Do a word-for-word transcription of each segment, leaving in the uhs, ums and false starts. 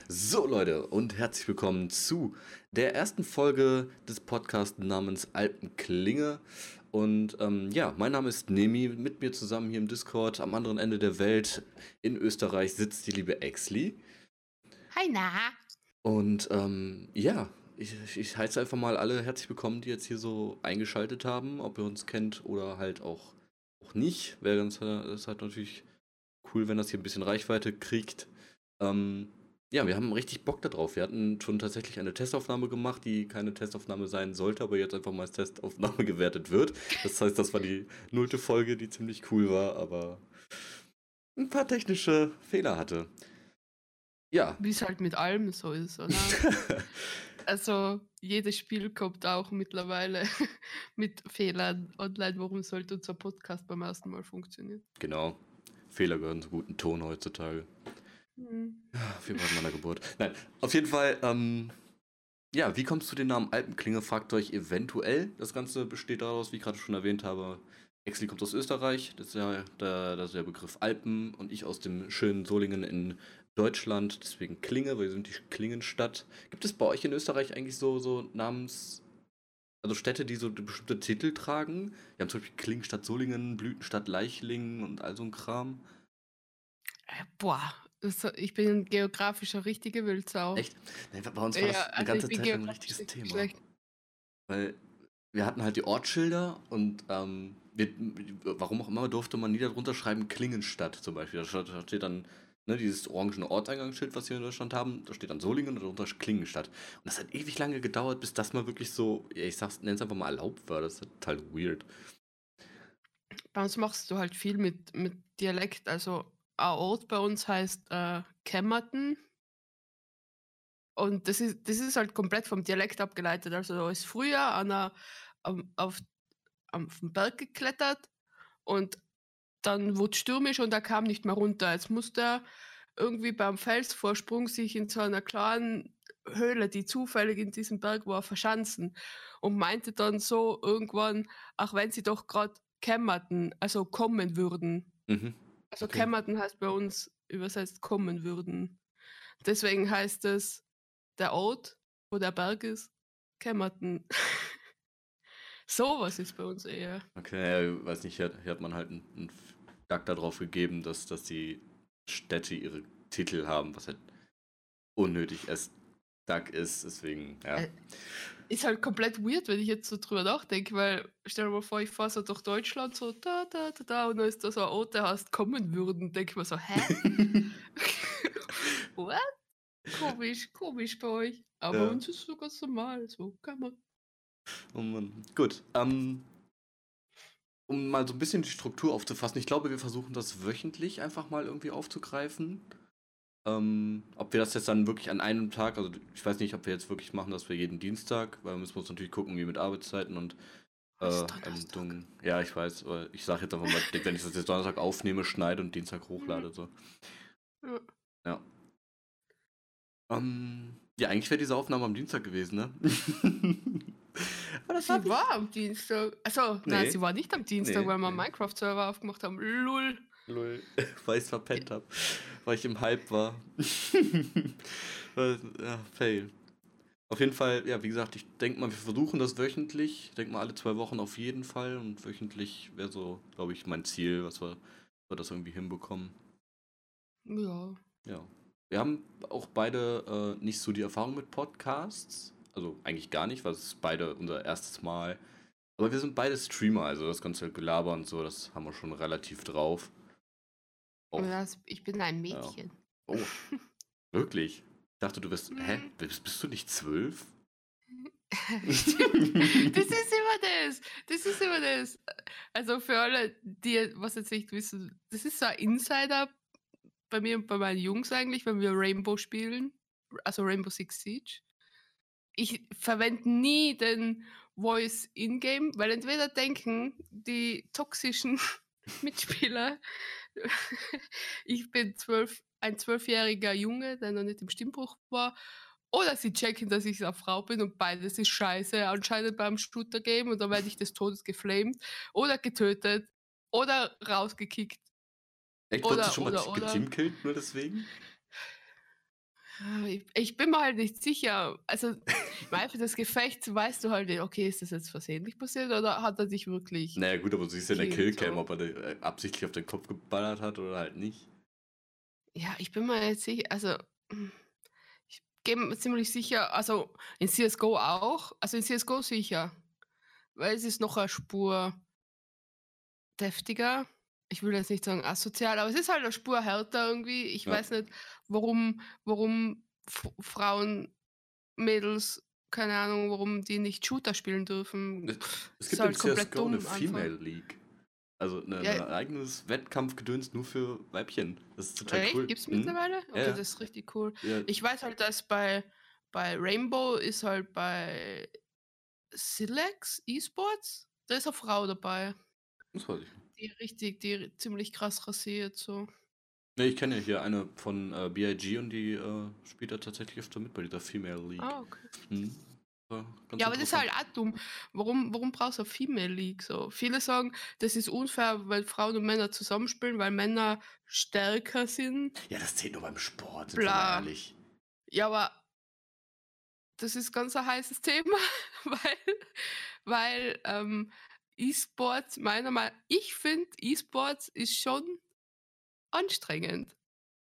So Leute und herzlich willkommen zu der ersten Folge des Podcasts namens Alpenklinge. Und ähm, ja, mein Name ist Nemi, mit mir zusammen hier im Discord am anderen Ende der Welt in Österreich sitzt die liebe Exli. Hi, na. Und ähm, ja, ich, ich heiße einfach mal alle herzlich willkommen, die jetzt hier so eingeschaltet haben, ob ihr uns kennt oder halt auch, auch nicht. Wäre ganz, äh, ist halt natürlich cool, wenn das hier ein bisschen Reichweite kriegt. Ähm, ja, wir haben richtig Bock darauf. Wir hatten schon tatsächlich eine Testaufnahme gemacht, die keine Testaufnahme sein sollte, aber jetzt einfach mal als Testaufnahme gewertet wird. Das heißt, das war die nullte Folge, die ziemlich cool war, aber ein paar technische Fehler hatte. Ja. Wie es halt mit allem so ist, oder? Also, jedes Spiel kommt auch mittlerweile mit Fehlern online. Warum sollte unser Podcast beim ersten Mal funktionieren? Genau. Fehler gehören zu guten Ton heutzutage. Hm. Ja, wie bei meiner Geburt. Nein, auf jeden Fall, ähm, ja, wie kommst du den Namen Alpenklinge, fragt euch eventuell. Das Ganze besteht daraus, wie ich gerade schon erwähnt habe, Exli kommt aus Österreich, das ist ja der, das ist der Begriff Alpen und ich aus dem schönen Solingen in Deutschland, deswegen Klinge, weil wir sind die Klingenstadt. Gibt es bei euch in Österreich eigentlich so, so Namens, also Städte, die so bestimmte Titel tragen? Wir haben zum Beispiel Klingenstadt Solingen, Blütenstadt Leichlingen und all so ein Kram. Äh, boah, das, ich bin ein geografischer richtige Wildsau. Echt? Nee, bei uns war Ja, das eine also ich ganze bin Zeit lang ein geografisch richtiges richtig Thema. schlecht. Weil wir hatten halt die Ortsschilder und ähm, wir, warum auch immer durfte man nie darunter schreiben Klingenstadt zum Beispiel. Da steht, da steht dann ne, dieses orangene Ortseingangsschild, was wir in Deutschland haben, da steht dann Solingen und darunter Klingenstadt. Und das hat ewig lange gedauert, bis das mal wirklich so, ja, ich sag's, nenn's einfach mal erlaubt war. Das ist total weird. Bei uns machst du halt viel mit, mit Dialekt. Also, ein Ort bei uns heißt äh, Kämmerten. Und das ist, das ist halt komplett vom Dialekt abgeleitet. Also, da ist früher einer am- auf, auf den Berg geklettert und dann wurde es stürmisch und er kam nicht mehr runter. Jetzt musste er irgendwie beim Felsvorsprung sich in so einer kleinen Höhle, die zufällig in diesem Berg war, verschanzen und meinte dann so irgendwann, ach, wenn sie doch gerade kämmerten, also kommen würden. Mhm. Also Okay. kämmerten heißt bei uns übersetzt kommen würden. Deswegen heißt es der Ort, wo der Berg ist, Kämmerten. Sowas ist bei uns eher. Okay, ja, weiß nicht, hier, hier hat man halt einen, einen Duck darauf gegeben, dass, dass die Städte ihre Titel haben, was halt unnötig as Duck ist, deswegen, ja. Äh, Ist halt komplett weird, wenn ich jetzt so drüber nachdenke, weil stell dir mal vor, ich fahre so durch Deutschland so da, da, da, da und dann ist da so ein Ort, der heißt kommen würden. Denke ich mir so, hä? What? Komisch, komisch bei euch. Aber Ja. uns ist so ganz normal, so kann man. Oh Mann. Gut, ähm, um mal so ein bisschen die Struktur aufzufassen, ich glaube, wir versuchen das wöchentlich einfach mal irgendwie aufzugreifen. Ähm, ob wir das jetzt dann wirklich an einem Tag, also ich weiß nicht, ob wir jetzt wirklich machen, dass wir jeden Dienstag, weil wir müssen uns natürlich gucken, wie mit Arbeitszeiten und äh, Was ist ähm, Donnerstag? dumm- ja, ich weiß, aber ich sage jetzt einfach mal, wenn ich das jetzt Donnerstag aufnehme, schneide und Dienstag hochlade, so. Ja. Ja. Ähm, ja, eigentlich wäre diese Aufnahme am Dienstag gewesen, ne? Aber das hab Sie ich. war am Dienstag. Achso, nein, Nee, sie war nicht am Dienstag, nee, weil wir einen nee. Minecraft-Server aufgemacht haben. Lull. Lol, weil ich es verpennt habe, weil ich im Hype war. Ja, fail. Auf jeden Fall, ja, wie gesagt, ich denke mal, wir versuchen das wöchentlich. Ich denke mal, alle zwei Wochen auf jeden Fall. Und wöchentlich wäre so, glaube ich, mein Ziel, was wir, wir das irgendwie hinbekommen. Ja. Ja. Wir haben auch beide äh, nicht so die Erfahrung mit Podcasts. Also eigentlich gar nicht, weil es ist beide unser erstes Mal. Aber wir sind beide Streamer, also das ganze Gelaber und so, das haben wir schon relativ drauf. Und Auch, das, ich bin ein ja. Mädchen. Oh, wirklich? Ich dachte, du bist. Hä? Hm. Bist, bist du nicht zwölf? Stimmt. Das ist immer das. Das ist immer das. Also für alle, die was jetzt nicht wissen, das ist so ein Insider bei mir und bei meinen Jungs eigentlich, wenn wir Rainbow spielen, also Rainbow Six Siege. Ich verwende nie den Voice in-game, weil entweder denken die toxischen Mitspieler, ich bin zwölf, ein zwölfjähriger Junge, der noch nicht im Stimmbruch war, oder sie checken, dass ich eine Frau bin und beides ist scheiße, anscheinend beim Shooter-Game und dann werde ich des Todes geflamed oder getötet oder rausgekickt Echt, wurdest du oder, schon mal oder, oder. geteamkillt nur deswegen? Ah, ich ich bin mir halt nicht sicher. Also, im Eifer des Gefechts weißt du halt nicht, okay, ist das jetzt versehentlich passiert oder hat er dich wirklich Naja, gut, aber du siehst ja in der gekillt Killcam, so? ob er dir, äh, absichtlich auf den Kopf geballert hat oder halt nicht. Ja, ich bin mir jetzt sicher, also, hm, ich gehe mir ziemlich sicher, also, in C S G O auch, also, in C S G O sicher, weil es ist noch eine Spur deftiger. Ich will jetzt nicht sagen asozial, aber es ist halt eine Spur härter irgendwie. Ich Ja. weiß nicht, warum warum F Frauen, Mädels, keine Ahnung, warum die nicht Shooter spielen dürfen. Es Pff, es ist gibt im halt komplett C S G O 'ne dumm einfach. Female League. Also 'ne Ja, 'ne eigenes Wettkampfgedöns nur für Weibchen. Das ist total echt? cool. Gibt's Mhm. mittlerweile? Ja, Okay, ja. das ist richtig cool. Ja, Ich weiß halt, dass bei bei Rainbow ist halt bei Silex E-Sports, da ist 'ne Frau dabei, das weiß ich nicht. die richtig die ziemlich krass rasiert so. Ne, ich kenne ja hier eine von, äh, B I G und die, äh, spielt da tatsächlich öfter mit bei dieser Female League. Ah, okay. Mhm. Ja, ganz Ja, aber das ist interessant. halt auch dumm. Warum warum brauchst du eine Female League so? Viele sagen, das ist unfair, weil Frauen und Männer zusammenspielen, weil Männer stärker sind, Ja, das zählt nur beim Sport, sind wir mal bla. ehrlich. Ja, aber das ist ganz ein heißes Thema, weil weil, ähm, E-Sports meiner Mei ich finde, E-Sports ist schon anstrengend.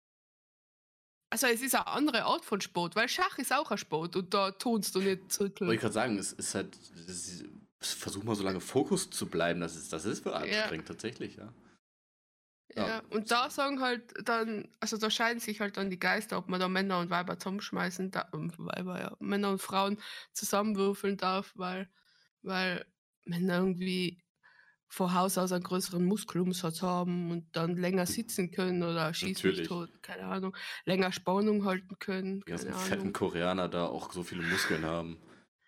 Also, es ist eine andere Art von Sport, weil Schach ist auch ein Sport und da turnst du nicht Wollte Zirkel. ich grad sagen, es ist halt das versuch mal so lange Fokus zu bleiben, das ist das ist wohl Ja. anstrengend tatsächlich, ja. Ja. Ja, und da sagen halt dann, also da scheiden sich halt dann die Geister, ob man da Männer und Weiber zusammenschmeißen da ähm, Weiber, ja, Männer und Frauen zusammenwürfeln darf, weil weil Männer irgendwie von Haus aus einen größeren Muskelumsatz haben und dann länger sitzen können oder schieß mich Natürlich. tot, keine Ahnung, länger Spannung halten können, Die ganzen keine fetten Ahnung. Koreaner da auch so viele Muskeln haben.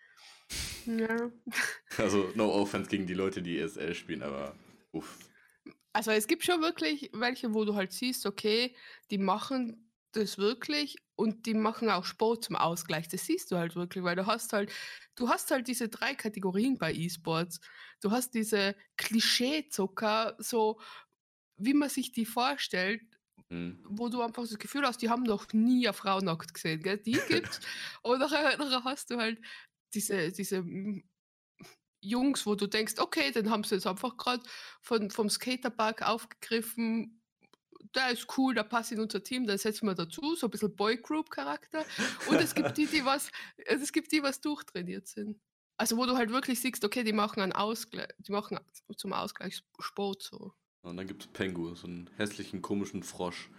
Ja. Also, no offense gegen die Leute, die E S L spielen, aber uff. Also, es gibt schon wirklich welche, wo du halt siehst, okay, die machen das wirklich und die machen auch Sport zum Ausgleich. Das siehst du halt wirklich, weil du hast halt du hast halt diese drei Kategorien bei E-Sports. Du hast diese Klischeezucker, so wie man sich die vorstellt, Mhm. wo du einfach das Gefühl hast, die haben noch nie 'ne Frau nackt gesehen, gell? Die gibt's. Und nachher nachher hast du halt diese diese, hm, Jungs, wo du denkst: „Okay, den haben sie jetzt einfach grad von vom Skaterpark aufgegriffen. Der ist cool, der passt in unser Team, den setzen wir dazu“, so 'n bisschen Boygroup-Charakter. Und es gibt die, die was also, es gibt die, was durchtrainiert sind. Also, wo du halt wirklich siehst, okay, die machen einen Ausglei die machen zum Ausgleich Sport so. Und dann gibt's Pengu, so 'n hässlichen, komischen Frosch.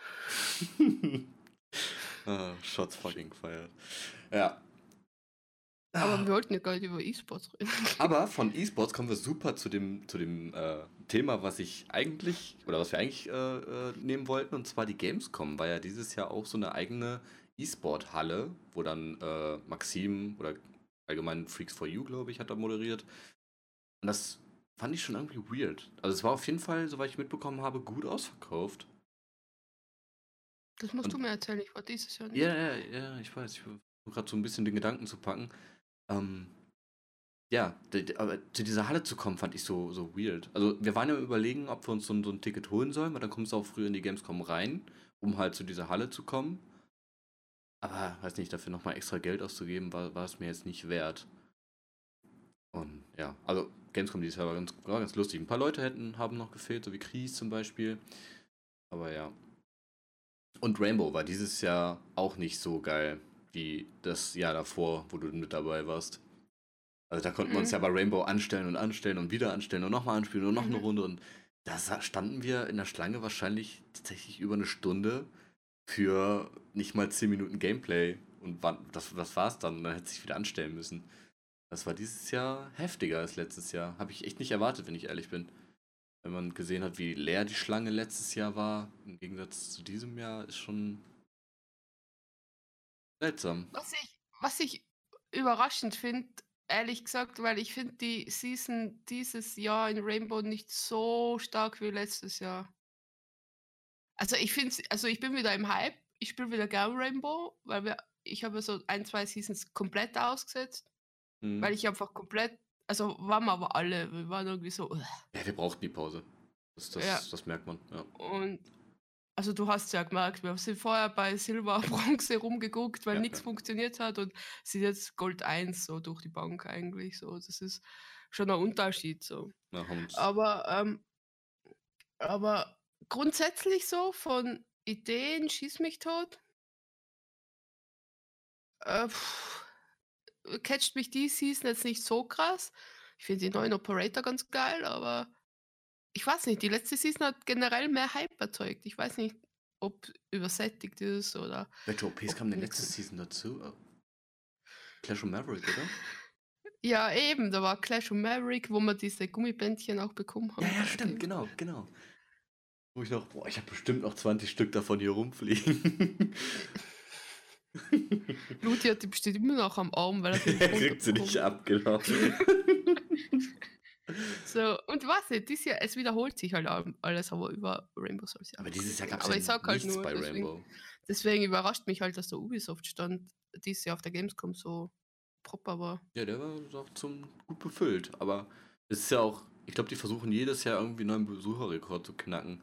Ah, Shots fucking fired. Ja. Aber Ah. wir wollten ja gar nicht über E-Sports reden. Aber von E-Sports kommen wir super zu dem, zu dem äh, Thema, was ich eigentlich, oder was wir eigentlich äh, äh, nehmen wollten, und zwar die Gamescom, war ja dieses Jahr auch so eine eigene E-Sport-Halle, wo dann äh, Maxim oder allgemein Freaks for You, glaube ich, hat da moderiert. Und das fand ich schon irgendwie weird. Also es war auf jeden Fall, soweit ich mitbekommen habe, gut ausverkauft. Das musst Und du mir erzählen, ich war dieses Jahr ja, nicht. ja, ja, ich weiß, ich versuche gerade so ein bisschen den Gedanken zu packen. Ähm, Ja, d d aber zu dieser Halle zu kommen, fand ich so so weird. Also, wir waren ja am Überlegen, ob wir uns so 'n so 'n Ticket holen sollen, weil dann kommst du auch früher in die Gamescom rein, um halt zu dieser Halle zu kommen. Aber weiß nicht, dafür noch mal extra Geld auszugeben, war war es mir jetzt nicht wert. Und ja, also Gamescom dieses Jahr war ganz war ganz lustig. 'N paar Leute hätten haben noch gefehlt, so wie Chris zum Beispiel. Aber ja. Und Rainbow war dieses Jahr auch nicht so geil wie das Jahr davor, wo du mit dabei warst. Also da konnten wir uns ja Mhm, bei Rainbow anstellen und anstellen und wieder anstellen und nochmal anspielen und noch eine mhm. Runde. Und da sa- standen wir in der Schlange wahrscheinlich tatsächlich über eine Stunde für nicht mal zehn Minuten Gameplay. Und wann, das, das war's dann. Und dann hätte sich wieder anstellen müssen. Das war dieses Jahr heftiger als letztes Jahr. Habe ich echt nicht erwartet, wenn ich ehrlich bin. Wenn man gesehen hat, wie leer die Schlange letztes Jahr war, im Gegensatz zu diesem Jahr, ist schon seltsam. Was ich was ich überraschend finde, ehrlich gesagt, weil ich finde die Season dieses Jahr in Rainbow nicht so stark wie letztes Jahr. Also, ich finde also, ich bin wieder im Hype. Ich spiele wieder gern Rainbow, weil wir ich habe so ein zwei Seasons komplett ausgesetzt, Mhm. weil ich einfach komplett, also, waren wir aber alle, wir waren irgendwie so, Ja, wir brauchten die Pause. Das, ja. das, das merkt man, ja. Und Also du hast ja gemerkt, wir sind vorher bei Silber, Bronze rumgeguckt, weil Ja, nichts ja. funktioniert hat und sind jetzt Gold eins so durch die Bank eigentlich so. Das ist schon ein Unterschied so. Ja, haben uns. Aber, ähm, aber grundsätzlich so von Ideen schieß mich tot. Äh, catcht mich die Season jetzt nicht so krass. Ich finde die neuen Operator ganz geil, aber ich weiß nicht, die letzte Season hat generell mehr Hype erzeugt. Ich weiß nicht, ob übersättigt ist oder Welche O Ps ob kamen denn nix. letzte Season dazu? Oh, Clash of Maverick, oder? Ja, eben, da war Clash und Maverick, wo wir diese Gummibändchen auch bekommen Ja, haben ja, bei der stimmt, Gamescom. genau, genau. Wo ich noch, boah, ich habe bestimmt noch zwanzig Stück davon hier rumfliegen. Ludi hat die bestimmt immer noch am Arm, weil er sie Er nicht kriegt sie nicht runterbekommt. ab, genau. So, und was nicht, dieses Jahr, es wiederholt sich halt all- alles, aber über Rainbow soll es ja Aber einfach dieses nicht Jahr gehen. gab es Aber ja ich sag halt nichts nur, bei deswegen, Rainbow. deswegen überrascht mich halt, dass der Ubisoft-Stand dieses Jahr auf der Gamescom so proper war. Ja, der war doch zum gut befüllt. Aber es ist ja auch, ich glaube, die versuchen jedes Jahr irgendwie einen neuen Besucherrekord zu knacken.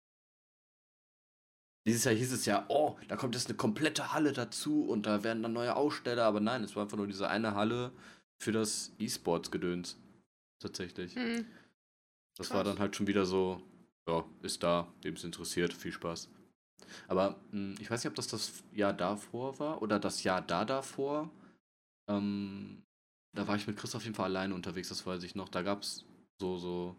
Dieses Jahr hieß es ja, oh, da kommt jetzt eine komplette Halle dazu und da werden dann neue Aussteller, aber nein, es war einfach nur diese eine Halle für das E-Sports-Gedöns. Tatsächlich. Hm, Das war dann krass. halt schon wieder so, ja, ist da, dem es interessiert, viel Spaß. Aber mh, ich weiß nicht, ob das das Jahr davor war oder das Jahr da davor. Ähm, Da war ich mit Chris auf jeden Fall alleine unterwegs, das weiß ich noch. Da gab es so, so,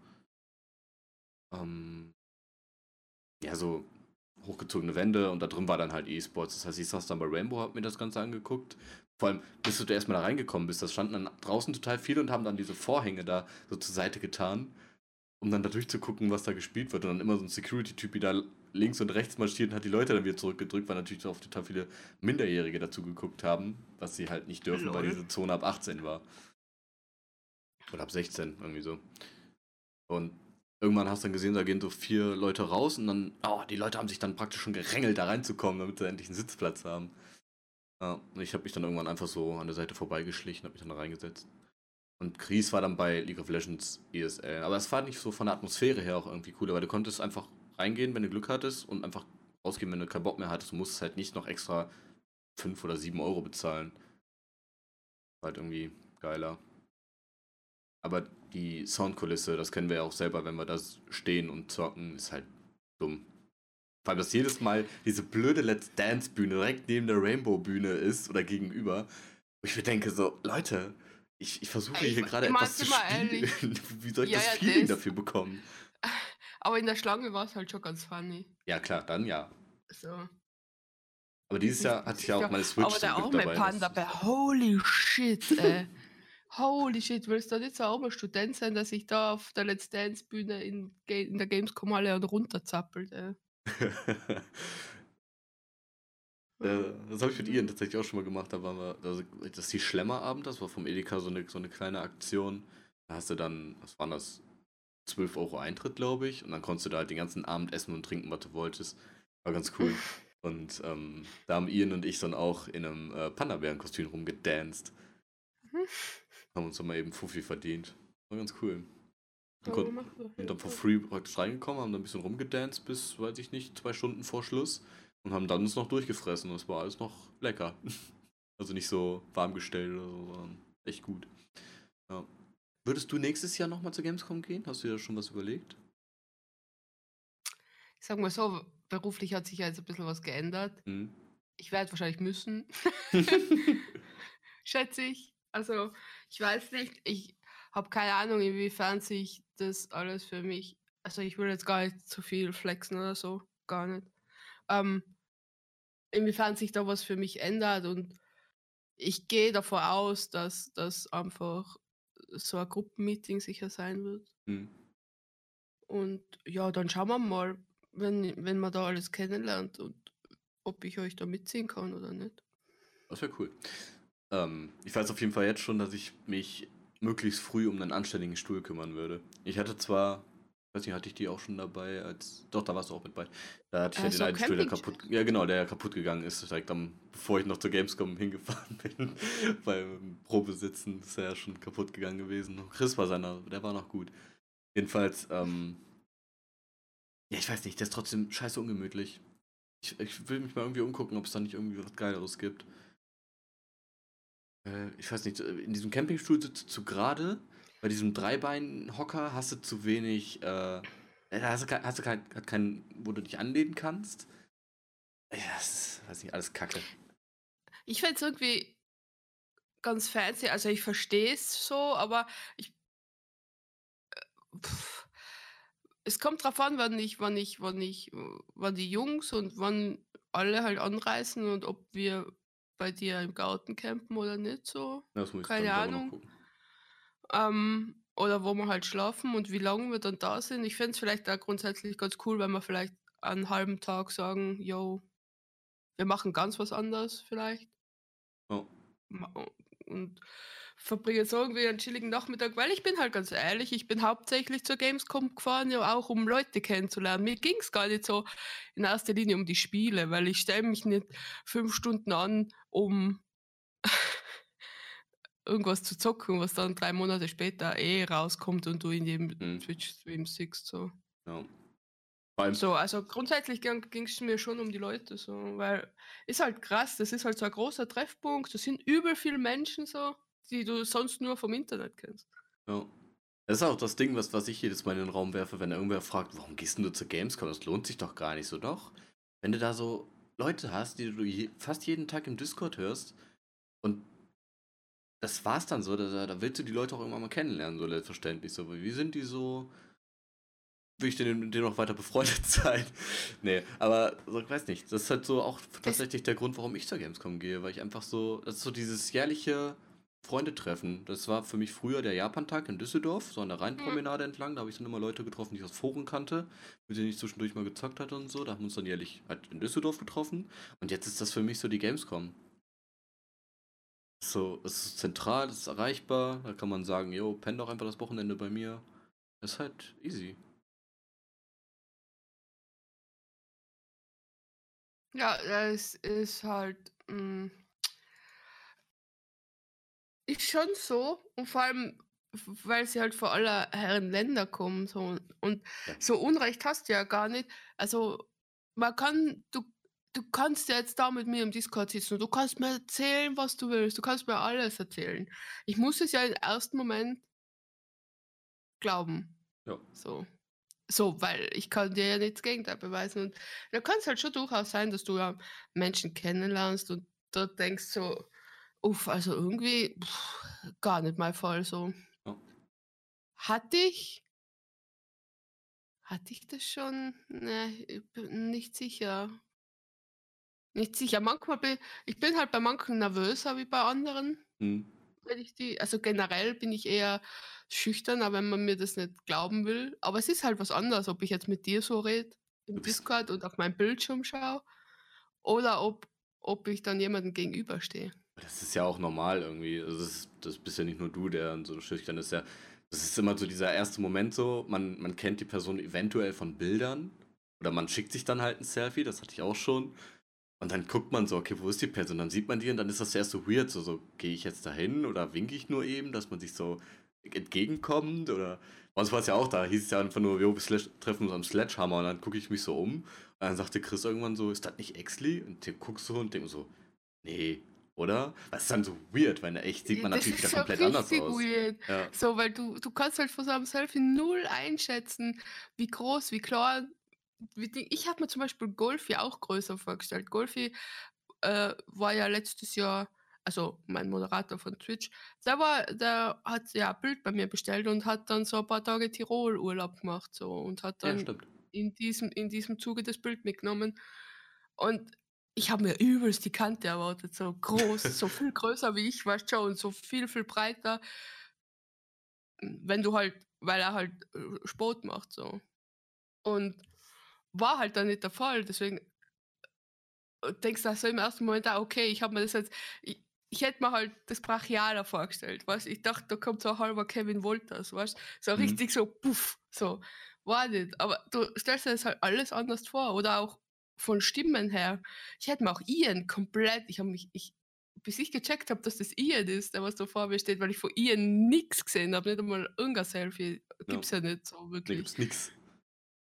ähm, ja, so hochgezogene Wände und da drin war dann halt E-Sports. Das heißt, ich saß dann bei Rainbow, hab mir das Ganze angeguckt. Vor allem, bis du da erstmal da reingekommen bist, da standen dann draußen total viele und haben dann diese Vorhänge da so zur Seite getan, um dann da durchzugucken, was da gespielt wird. Und dann immer so ein Security-Typ, da links und rechts marschiert und hat die Leute dann wieder zurückgedrückt, weil natürlich auch total viele Minderjährige dazu geguckt haben, was sie halt nicht dürfen, weil Lol. diese Zone ab achtzehn war. Oder ab sechzehn, irgendwie so. Und irgendwann hast du dann gesehen, da gehen so vier Leute raus und dann, oh, die Leute haben sich dann praktisch schon gerängelt, da reinzukommen, damit sie endlich einen Sitzplatz haben. Ja, und ich habe mich dann irgendwann einfach so an der Seite vorbeigeschlichen, habe mich dann da reingesetzt. Und Chris war dann bei League of Legends E S L. Aber es war nicht so von der Atmosphäre her auch irgendwie cool, weil du konntest einfach reingehen, wenn du Glück hattest und einfach rausgehen, wenn du keinen Bock mehr hattest. Du musstest halt nicht noch extra fünf oder sieben Euro bezahlen. War halt irgendwie geiler. Aber die Soundkulisse, das kennen wir ja auch selber, wenn wir da stehen und zocken, ist halt dumm. Vor allem, dass jedes Mal diese blöde Let's Dance-Bühne direkt neben der Rainbow-Bühne ist oder gegenüber. Wo ich mir denke, so, Leute, ich, ich versuche Ey, Ich, hier gerade ich meine, etwas zu sind wir ehrlich. spielen. Wie soll ich Ja, das ja, Feeling das. dafür bekommen? Aber in der Schlange war es halt schon ganz funny. Ja, klar, dann ja. So. Aber Ist dieses nicht, Jahr hatte es ich ja ist auch ja, meine Switch aber zum der Glück arme dabei. Das Panda, bei holy shit, ey. Holy shit, willst du nicht so ein armer Student sein, dass ich da auf der Let's Dance Bühne in, Ga- in der Gamescom alle und runterzappelt, ey. Äh, Ja. das habe ich mit Ian tatsächlich auch schon mal gemacht. Da waren wir, also, das ist die Schlemmerabend, das war vom Edeka so eine, so eine kleine Aktion. Da hast du dann, was waren das, zwölf Euro Eintritt, glaube ich. Und dann konntest du da halt den ganzen Abend essen und trinken, was du wolltest. War ganz cool. Und ähm, da haben Ian und ich dann auch in einem äh, Panda-Bären-Kostüm rumgedanced. Haben uns dann mal eben Fuffi verdient. War ganz cool. Und, Aber kon- macht auf und jeden dann for Fall. free praktisch reingekommen, haben dann ein bisschen rumgedanced bis, weiß ich nicht, zwei Stunden vor Schluss. Und haben dann uns noch durchgefressen. Und es war alles noch lecker. Also nicht so warm gestellt oder so, sondern echt gut. Ja. Würdest du nächstes Jahr nochmal zur Gamescom gehen? Hast du dir da schon was überlegt? Ich sag mal so, beruflich hat sich ja jetzt ein bisschen was geändert. Hm? Ich werde wahrscheinlich müssen, schätze ich. Also, ich weiß nicht, ich habe keine Ahnung, inwiefern sich das alles für mich, also ich will jetzt gar nicht zu viel flexen oder so, gar nicht. Ähm, inwiefern sich da was für mich ändert und ich gehe davon aus, dass das einfach so ein Gruppenmeeting sicher sein wird. Hm. Und ja, dann schauen wir mal, wenn, wenn man da alles kennenlernt und ob ich euch da mitziehen kann oder nicht. Das wäre cool. Ähm, ich weiß auf jeden Fall jetzt schon, dass ich mich möglichst früh um einen anständigen Stuhl kümmern würde. Ich hatte zwar, weiß nicht, hatte ich die auch schon dabei, als. Doch, da warst du auch mit bei. Da hatte ich ja Äh, den so einen Stuhl, der Camping. kaputt. Ja, genau, der ja kaputt gegangen ist, direkt am, bevor ich noch zur Gamescom hingefahren bin. Beim Probesitzen ist er ja schon kaputt gegangen gewesen. Chris war seiner, der war noch gut. Jedenfalls, ähm, Ja, ich weiß nicht, der ist trotzdem scheiße ungemütlich. Ich, ich will mich mal irgendwie umgucken, ob es da nicht irgendwie was Geileres gibt. Äh, ich weiß nicht, in diesem Campingstuhl sitzt du gerade, bei diesem Dreibein-Hocker hast du zu wenig, äh, da hast du, kein, hast du kein, hat keinen, wo du dich anlehnen kannst. Ja, das ist, weiß nicht, alles Kacke. Ich fände es irgendwie ganz fancy. Also ich verstehe es so, aber ich. Pff, es kommt drauf an, wann ich, wann ich, wann ich, äh, wann die Jungs und wann alle halt anreisen und ob wir bei dir im Garten campen oder nicht so. Das muss ich dann Keine selber noch Ahnung. gucken. Ähm, oder wo wir halt schlafen und wie lange wir dann da sind. Ich fände es vielleicht auch grundsätzlich ganz cool, wenn wir vielleicht einen halben Tag sagen, yo, wir machen ganz was anderes vielleicht. Ja, Ma und verbringe so irgendwie einen chilligen Nachmittag, weil ich bin halt ganz ehrlich, ich bin hauptsächlich zur Gamescom gefahren, ja auch um Leute kennenzulernen. Mir ging es gar nicht so in erster Linie um die Spiele, weil ich stelle mich nicht fünf Stunden an, um irgendwas zu zocken, was dann drei Monate später eh rauskommt und du in jedem mhm, Twitch-Stream siehst, so. ja. Vor allem, So, also grundsätzlich ging es mir schon um die Leute so, weil ist halt krass, das ist halt so ein großer Treffpunkt, da sind übel viele Menschen so, die du sonst nur vom Internet kennst. ja. Das ist auch das Ding, was, was ich jedes Mal in den Raum werfe, wenn irgendwer fragt, warum gehst denn du zur Gamescom? Das lohnt sich doch gar nicht so. Doch, wenn du da so Leute hast, die du je, fast jeden Tag im Discord hörst und das war's dann so, da, da willst du die Leute auch irgendwann mal kennenlernen, so selbstverständlich. So, wie sind die so? Will ich denn mit denen noch weiter befreundet sein? Nee, aber so, ich weiß nicht. Das ist halt so auch Es tatsächlich der Grund, warum ich zur Gamescom gehe, weil ich einfach so, das ist so dieses jährliche Freundetreffen. Das war für mich früher der Japantag in Düsseldorf, so an der mhm. Rheinpromenade entlang. Da habe ich dann immer Leute getroffen, die ich aus Foren kannte, mit denen ich zwischendurch mal gezockt hatte und so. Da haben wir uns dann jährlich halt in Düsseldorf getroffen. Und jetzt ist das für mich so die Gamescom. So, es ist zentral, es ist erreichbar. Da kann man sagen, jo, penn doch einfach das Wochenende bei mir. Das ist halt easy. Ja, es ist halt, hm ist schon so und vor allem, w weil sie halt vor aller Herren Länder kommen so und Ja, so Unrecht hast du ja gar nicht. Also, man kann du du kannst ja jetzt da mit mir im Discord sitzen und du kannst mir erzählen, was du willst. Du kannst mir alles erzählen. Ich muss es ja im ersten Moment glauben, ja. so. So, weil ich kann dir ja nicht das Gegenteil beweisen und da kann's halt schon durchaus sein, dass du ja Menschen kennenlernst und dort denkst so: „Uff, also irgendwie pff, gar nicht mein Fall so.“ Ja. Hatte ich hatte ich das schon? Ne, ich bin nicht sicher. Nicht sicher. Manchmal bin ich bin halt bei manchen nervöser wie bei anderen, Mhm. wenn ich die also generell bin ich eher schüchterner, wenn man mir das nicht glauben will. Aber es ist halt was anderes, ob ich jetzt mit dir so rede Du im bist Discord und auf meinen Bildschirm schaue oder ob ob ich dann jemandem gegenüberstehe. Das ist ja auch normal irgendwie. Also das, ist, das bist ja nicht nur du, der dann so schüchtern ist. Ja, das ist immer so dieser erste Moment so. Man, man kennt die Person eventuell von Bildern. Oder man schickt sich dann halt ein Selfie, das hatte ich auch schon. Und dann guckt man so, okay, wo ist die Person? Dann sieht man die und dann ist das erst so weird. So, so gehe ich jetzt dahin oder winke ich nur eben, dass man sich so entgegenkommt? Oder bei uns war es ja auch da. Hieß es ja einfach nur, jo, wir sledge- treffen uns am Sledgehammer. Und dann gucke ich mich so um. Und dann sagte Chris irgendwann so, ist das nicht Exley? Und der guckst so und denk so, nee, oder? Das ist dann so weird, weil in echt sieht Äh, man das natürlich ist wieder so komplett anders richtig aus. weird. Ja, So, weil du du kannst halt von so 'nem Selfie null einschätzen, wie groß, wie klein, wie Ding ich habe mir zum Beispiel Golfi auch größer vorgestellt. Golfi, äh, war ja letztes Jahr also mein Moderator von Twitch, der war der hat ja ein Bild bei mir bestellt und hat dann so ein paar Tage Tirol-Urlaub gemacht so und hat ja, dann stimmt. in diesem in diesem Zuge das Bild mitgenommen. Und ich habe mir übelst die Kante erwartet, so groß, so viel größer wie ich, weißt schon, und so viel, viel breiter, wenn du halt weil er halt, äh, Sport macht so. Und war halt dann nicht der Fall, deswegen, äh, denkst du also im ersten Moment auch: „Okay, ich habe mir das jetzt“ ich ich hätte mir halt das brachialer vorgestellt, weißt? Ich dachte, da kommt so ein halber Kevin Wolters, weißt? So Mhm. richtig so puff, so. War nicht. Aber du stellst dir das halt alles anders vor oder auch von Stimmen her. Ich hätte mir auch Ian komplett ich habe mich ich bis ich gecheckt habe, dass das Ian ist, der was da vor mir steht, weil ich von Ian nix gesehen habe, nicht einmal irgendein Selfie. Ja, Gibt's ja nicht so da wirklich. gibt's nix.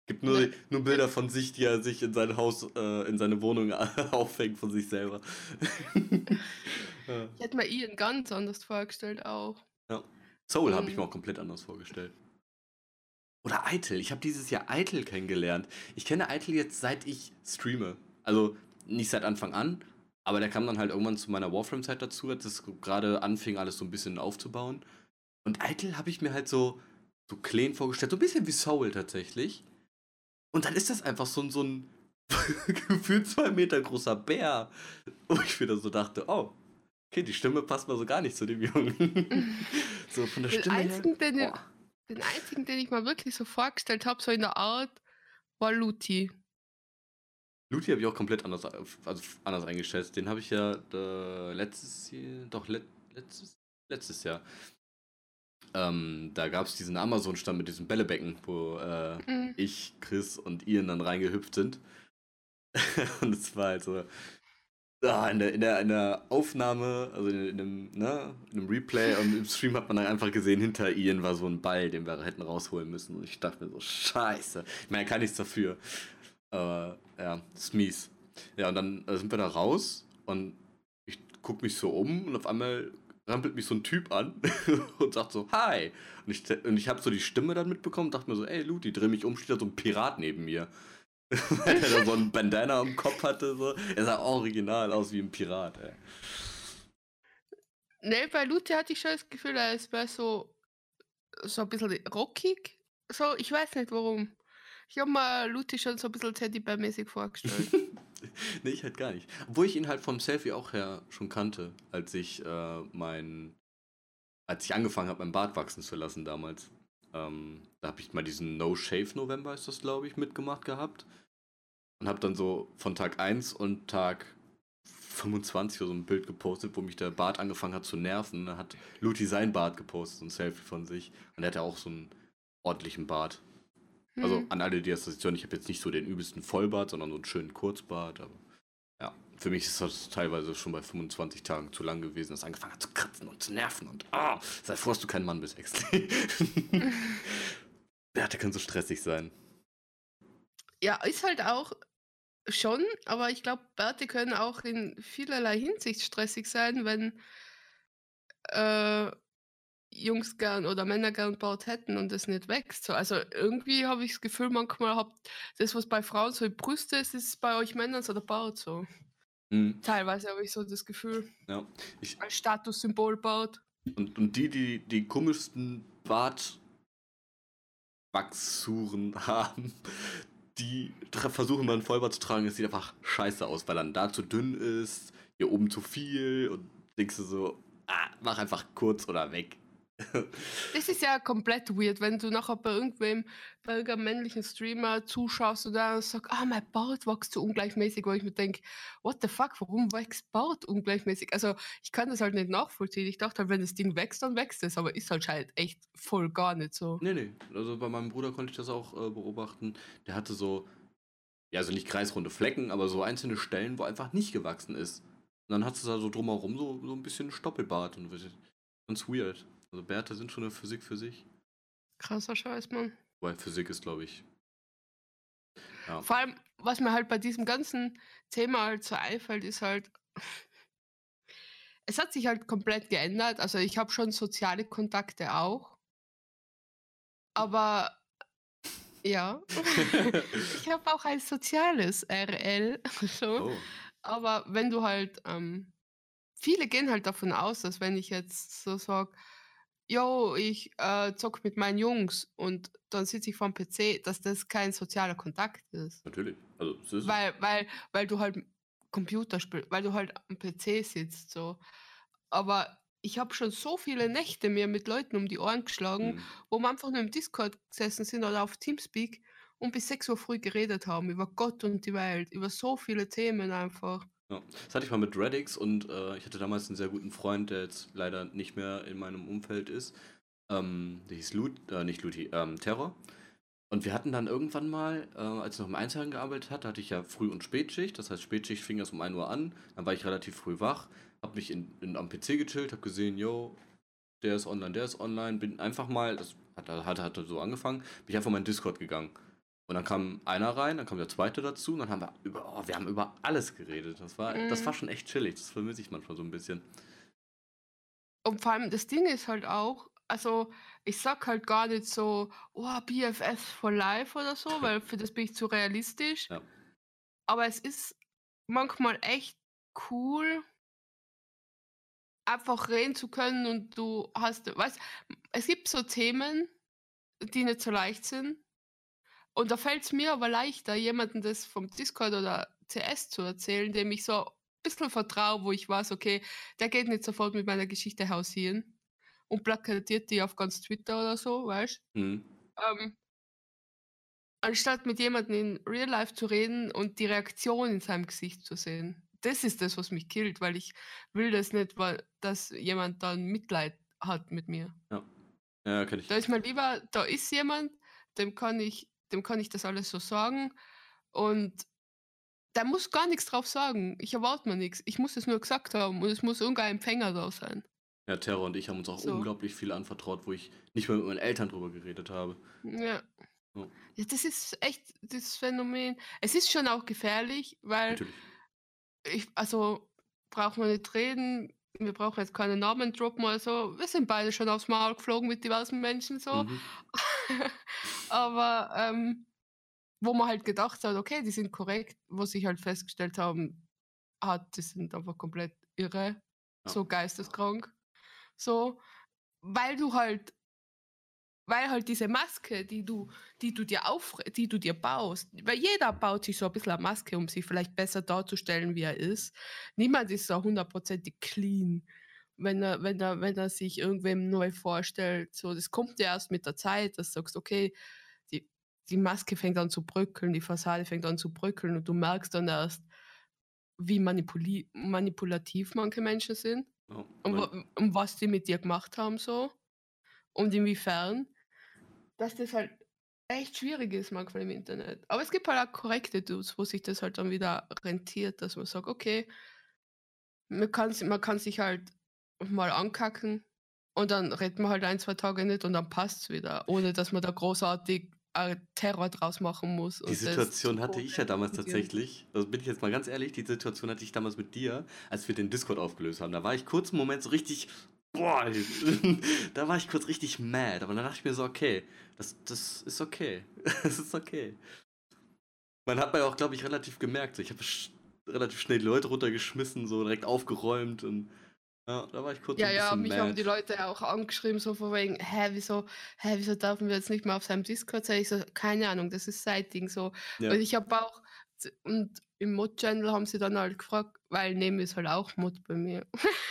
Gibt nur, Ne, nur Bilder von sich, die er sich in sein Haus, äh, in seine Wohnung aufhängt von sich selber. Ja. ich hätte mir Ian ganz anders vorgestellt auch. Ja. Soul habe ich mir Und auch komplett anders vorgestellt. Oder Eitel. Ich habe dieses Jahr Eitel kennengelernt. Ich kenne Eitel jetzt seit ich streame. Also nicht seit Anfang an, aber der kam dann halt irgendwann zu meiner Warframe-Zeit dazu, als es gerade anfing, alles so ein bisschen aufzubauen. Und Eitel habe ich mir halt so, so clean vorgestellt, so ein bisschen wie Soul tatsächlich. Und dann ist das einfach so ein, so ein gefühlt zwei Meter großer Bär. Wo ich wieder so dachte, oh, okay, die Stimme passt mal so gar nicht zu dem Jungen. So von der den Stimme her. einzigen, den, ich- Boah. den einzigen, den ich mir wirklich so vorgestellt habe, so in der Art, war Luti. Luti habe ich auch komplett anders, also anders eingestellt. Den habe ich ja äh, letztes Jahr, doch let, letztes, letztes Jahr. Ähm, da gab es diesen Amazon-Stand mit diesem Bällebecken, wo äh, Mhm. ich, Chris und Ian dann reingehüpft sind. Und es war halt so, ah, in, der, in, der, in der Aufnahme, also in, in, einem, ne, in einem Replay und im Stream hat man dann einfach gesehen, hinter Ian war so ein Ball, den wir hätten rausholen müssen. Und ich dachte mir so, scheiße. Ich meine, er kann nichts dafür. Aber ja, ist mies. Ja, und dann äh, sind wir da raus und ich guck mich so um und auf einmal rampelt mich so ein Typ an und sagt so, hi. Und ich, und ich habe so die Stimme dann mitbekommen, dachte mir so, ey Luti, dreh mich um, steht da so ein Pirat neben mir. Weil er da so ein Bandana am Kopf hatte. So. Er sah original aus wie ein Pirat, ey. Ne, bei Luti hatte ich schon das Gefühl, er ist wäre so, so ein bisschen rockig. So, ich weiß nicht warum. Ich habe mir Luti schon so ein bisschen Teddybär-mäßig vorgestellt. Nee, ich halt gar nicht. Obwohl ich ihn halt vom Selfie auch her schon kannte, als ich äh, mein, als ich angefangen habe, mein Bart wachsen zu lassen damals. Ähm, da habe ich mal diesen No Shave November, ist das glaube ich, mitgemacht gehabt. Und habe dann so von Tag eins und Tag fünfundzwanzig so ein Bild gepostet, wo mich der Bart angefangen hat zu nerven. Da hat Luti sein Bart gepostet, so ein Selfie von sich. Und der hat ja auch so einen ordentlichen Bart. Also Hm. an alle, die das hören, ich habe jetzt nicht so den übelsten Vollbart, sondern so einen schönen Kurzbart. Aber ja, für mich ist das teilweise schon bei fünfundzwanzig Tagen zu lang gewesen, dass es angefangen hat zu kratzen und zu nerven. Und ah, sei froh, dass du kein Mann bist, Exley. Ja, der kann so stressig sein. Ja, ist halt auch schon, aber ich glaube, Bärte können auch in vielerlei Hinsicht stressig sein, wenn äh, Jungs gern oder Männer gern Bart hätten und es nicht wächst. So, also irgendwie habe ich das Gefühl, manchmal habt das, was bei Frauen so die Brüste ist, ist bei euch Männern so der Bart so. Mhm. Teilweise habe ich so das Gefühl, Ja, ich, als Statussymbol Bart. und, und die, die die komischsten Bartwachsuren haben, die tra- versuchen mal einen Vollbart zu tragen, es sieht einfach scheiße aus, weil dann da zu dünn ist, hier oben zu viel und denkst du so, ah, mach einfach kurz oder weg. Das ist ja komplett weird, wenn du nachher bei irgendwem, bei irgendeinem männlichen Streamer zuschaust und dann sagst, ah, mein Bart wächst so ungleichmäßig, wo ich mir denke, what the fuck, warum wächst Bart ungleichmäßig? Also ich kann das halt nicht nachvollziehen. Ich dachte halt, wenn das Ding wächst, dann wächst es, aber ist halt halt echt voll gar nicht so. Nee, nee, also bei meinem Bruder konnte ich das auch äh, beobachten. Der hatte so, ja, also nicht kreisrunde Flecken, aber so einzelne Stellen, wo einfach nicht gewachsen ist. Und dann hat es da so drumherum so, so ein bisschen Stoppelbart und das ist ganz weird. Also Bärte sind schon eine Physik für sich. Krasser Scheiß, Mann. Weil Physik ist, glaube ich, ja. Vor allem, was mir halt bei diesem ganzen Thema halt so einfällt, ist halt, es hat sich halt komplett geändert. Also ich habe schon soziale Kontakte auch, aber ja, ich habe auch ein soziales R L, so. Oh. Aber wenn du halt, ähm, viele gehen halt davon aus, dass wenn ich jetzt so sage, jo, ich äh, zock mit meinen Jungs und dann sitze ich vorm P C, dass das kein sozialer Kontakt ist. Natürlich. Also, es ist es. Weil, weil, weil du halt Computer spielst, weil du halt am P C sitzt, so. Aber ich habe schon so viele Nächte mir mit Leuten um die Ohren geschlagen, Mhm. wo wir einfach nur im Discord gesessen sind oder auf Teamspeak und bis sechs Uhr früh geredet haben über Gott und die Welt, über so viele Themen einfach. Ja. Das hatte ich mal mit Radix und äh, ich hatte damals einen sehr guten Freund, der jetzt leider nicht mehr in meinem Umfeld ist. Ähm, der hieß Lut, äh, nicht Luti, ähm, Terror. Und wir hatten dann irgendwann mal, äh, als ich noch im Einzelhandel gearbeitet hatte, hatte ich ja Früh- und Spätschicht. Das heißt, Spätschicht fing erst um ein Uhr an. Dann war ich relativ früh wach, hab mich in, in, am P C gechillt, hab gesehen, yo, der ist online, der ist online. Bin einfach mal, das hat, hat, hat so angefangen, bin ich einfach mal in Discord gegangen. Und dann kam einer rein, dann kam der zweite dazu und dann haben wir über, oh, wir haben über alles geredet. Das war, das war Mhm. schon echt chillig. Das vermisse ich manchmal so ein bisschen. Und vor allem das Ding ist halt auch, also ich sag halt gar nicht so, oh, B F F for life oder so, weil für das bin ich zu realistisch. Ja. Aber es ist manchmal echt cool, einfach reden zu können und du hast, weißt, es gibt so Themen, die nicht so leicht sind. Und da fällt es mir aber leichter, jemandem das vom Discord oder C S zu erzählen, dem ich so ein bisschen vertraue, wo ich weiß, okay, der geht nicht sofort mit meiner Geschichte hausieren und plakatiert die auf ganz Twitter oder so, weißt Mhm. ähm, anstatt mit jemandem in Real Life zu reden und die Reaktion in seinem Gesicht zu sehen. Das ist das, was mich killt, weil ich will das nicht, weil dass jemand dann Mitleid hat mit mir. Ja. Ja, kenn ich. Da ist mir lieber, da ist jemand, dem kann ich dem kann ich das alles so sagen und der muss gar nichts drauf sagen. Ich erwarte mir nichts. Ich muss es nur gesagt haben und es muss irgendein Empfänger da sein. Ja, Terror und ich haben uns auch So, unglaublich viel anvertraut, wo ich nicht mehr mit meinen Eltern drüber geredet habe. ja. Ja, Ja, das ist echt das Phänomen. Es ist schon auch gefährlich, weil natürlich. ich also, brauchen wir nicht reden, wir brauchen jetzt keine Namen droppen oder so. Wir sind beide schon aufs Maul geflogen mit diversen Menschen so. Mhm. Aber, ähm, wo man halt gedacht hat, okay, die sind korrekt, wo sich halt festgestellt haben, hat, die sind einfach komplett irre, Ja. so geisteskrank. So, weil du halt weil halt diese Maske, die du die du dir auf die du dir baust, weil jeder baut sich so ein bisschen eine Maske, um sich vielleicht besser darzustellen, wie er ist. Niemand ist so hundertprozentig clean, wenn er wenn er wenn er sich irgendwem neu vorstellt. So, das kommt ja erst mit der Zeit, dass du sagst: „Okay, die die Maske fängt an zu bröckeln, die Fassade fängt an zu bröckeln“ und du merkst dann erst, wie manipuli manipulativ manche Menschen sind Ja. und wa Man, und was die mit dir gemacht haben so und inwiefern. Dass das halt echt schwierig ist manchmal im Internet. Aber es gibt halt auch korrekte Dudes, wo sich das halt dann wieder rentiert, dass man sagt: „Okay, man kann si man kann sich halt mal ankacken und dann redet man halt ein zwei Tage nicht und dann passt's wieder, ohne dass man da großartig, äh, Terror draus machen muss die und das zu Situation hatte Tode ich ja damals diskutieren. tatsächlich. Also bin ich jetzt mal ganz ehrlich, die Situation hatte ich damals mit dir, als wir den Discord aufgelöst haben. Da war ich kurz einen Moment so richtig. Boah, da war ich kurz richtig mad. Aber dann dachte ich mir so, okay, das, das ist okay. Das ist okay. Man hat mir auch, glaube ich, relativ gemerkt. So, ich habe sch relativ schnell die Leute runtergeschmissen, so direkt aufgeräumt und ja, da war ich kurz so Ja, ein ja, bisschen mich haben mad. die Leute auch angeschrieben, so von wegen: „Hä, wieso hä, wieso dürfen wir jetzt nicht mehr auf seinem Discord sein?“ Ich so: „Keine Ahnung, das ist sein Ding so.“ Und Ja, ich habe auch z und im Mod-Channel haben sie dann halt gefragt, weil Nemi ist halt auch Mod bei mir.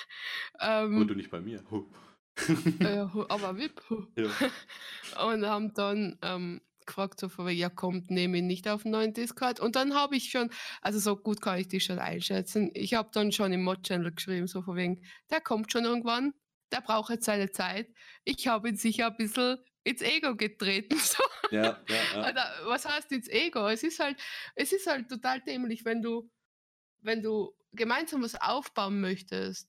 aber du Ähm, nicht bei mir. Huh. äh, hu aber V I P. hu. Ja. Und haben dann, ähm, gefragt so von wegen: „Ja, kommt Nemi nicht auf 'n neuen Discord?“ Und dann habe ich schon also, so gut kann ich die schon einschätzen. Ich habe dann schon im Mod-Channel geschrieben, so von wegen: „Der kommt schon irgendwann, der braucht jetzt seine Zeit.“ Ich habe ihn sicher ein bisschen ins Ego getreten, so. Ja, ja, ja. Oder was heißt ins Ego? Es ist halt es ist halt total dämlich, wenn du wenn du gemeinsam was aufbauen möchtest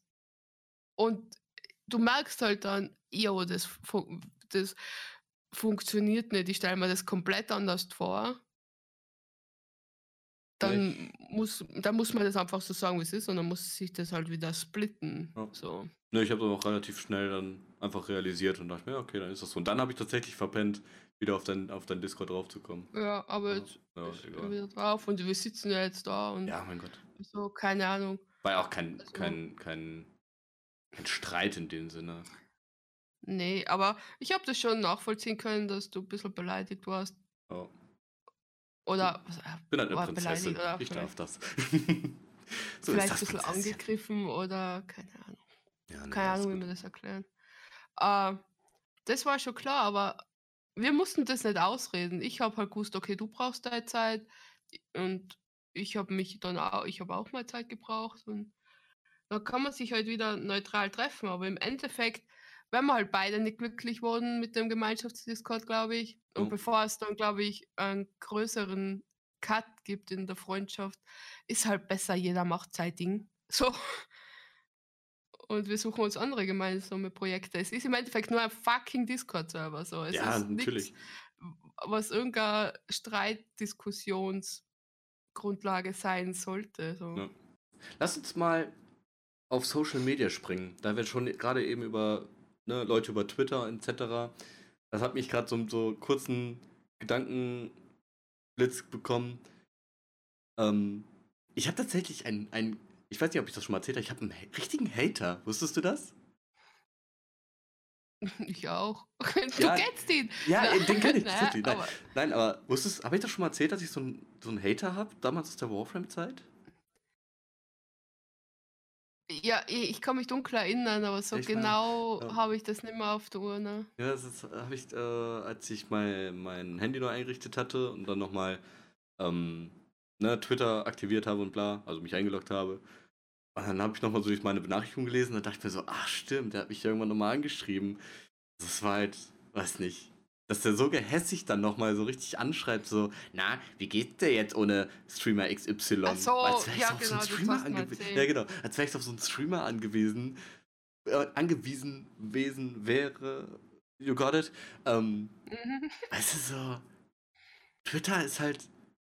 und du merkst halt dann: „Jo, das fu das funktioniert nicht. Ich stelle mir das komplett anders vor.“ Ja, Dann ich muss dann muss man das einfach so sagen, wie es ist und dann muss sich das halt wieder splitten, ja. so. Ne, ich habe dann auch relativ schnell dann einfach realisiert und dachte mir: „Ja, okay, dann ist das so.“ Und dann habe ich tatsächlich verpennt, wieder auf dein auf dein Discord draufzukommen. Ja, aber Ja, jetzt ja, ist er egal. wieder drauf und wir sitzen ja jetzt da und Ja, mein Gott. so, keine Ahnung. War ja auch kein Also, kein kein kein Streit in dem Sinne. ne, aber ich habe das schon nachvollziehen können, dass du bisschen beleidigt warst Ja. oder was äh, Bin halt 'ne war beleidigt Prinzessin. oder Ich darf vielleicht das. So ist vielleicht das, bisschen Prinzesschen. angegriffen oder keine Ahnung. Ja, ne, Keine alles Ahnung, wie gut. man das erklären. Äh, das war schon klar, aber wir mussten das nicht ausreden. Ich habe halt gewusst, okay, du brauchst deine Zeit und ich habe mich dann auch ich habe auch mal Zeit gebraucht und dann kann man sich halt wieder neutral treffen, aber im Endeffekt wären wir halt beide nicht glücklich worden mit dem Gemeinschaftsdiscord, glaube ich. Und Ja. bevor es dann, glaube ich, einen größeren Cut gibt in der Freundschaft, ist halt besser, jeder macht sein Ding. So. Und wir suchen uns andere gemeinsame Projekte. Es ist im Endeffekt nur ein fucking Discord-Server, so. Es Ja, ist nix natürlich. was irgendeine Streitdiskussionsgrundlage sein sollte. So. Ja. Lass uns mal auf Social Media springen. Da wir schon gerade eben über ne, Leute über Twitter et cetera. Das hat mich gerade so so kurzen Gedankenblitz bekommen. Ähm, ich habe tatsächlich einen, einen, ich weiß nicht, ob ich das schon mal erzählt habe, ich habe einen ha- richtigen Hater. Wusstest du das? Ich auch. Du Ja, kennst ihn. ja, Na, äh, den kenne ich naja, tatsächlich. Nein, aber nein, aber wusstest, habe ich das schon mal erzählt, dass ich so einen so einen Hater habe, damals aus der Warframe-Zeit? ja, ich, ich kann mich dunkel erinnern, aber so Ich meine, genau ja, habe ich das nicht mehr auf der Uhr. Ne? ja, das habe ich, äh, als ich mein, mein Handy neu eingerichtet hatte und dann nochmal ähm, ne, Twitter aktiviert habe und bla, also mich eingeloggt habe. Und dann habe ich nochmal so durch meine Benachrichtigung gelesen und da dachte ich mir so, ach stimmt, der hat mich irgendwann nochmal angeschrieben. Das war halt, weiß nicht, dass der so gehässig dann nochmal so richtig anschreibt, so, na, wie geht's dir jetzt ohne Streamer X Ach Y? Als so, wäre ich ja so auf so einen genau, das Streamer hast du mal angewiesen. Ja, erzählt. genau, als wäre ich so auf so einen Streamer angewiesen, äh, angewiesen gewesen wäre. You got it? Ähm, Mhm. weißt du, so, Twitter ist halt.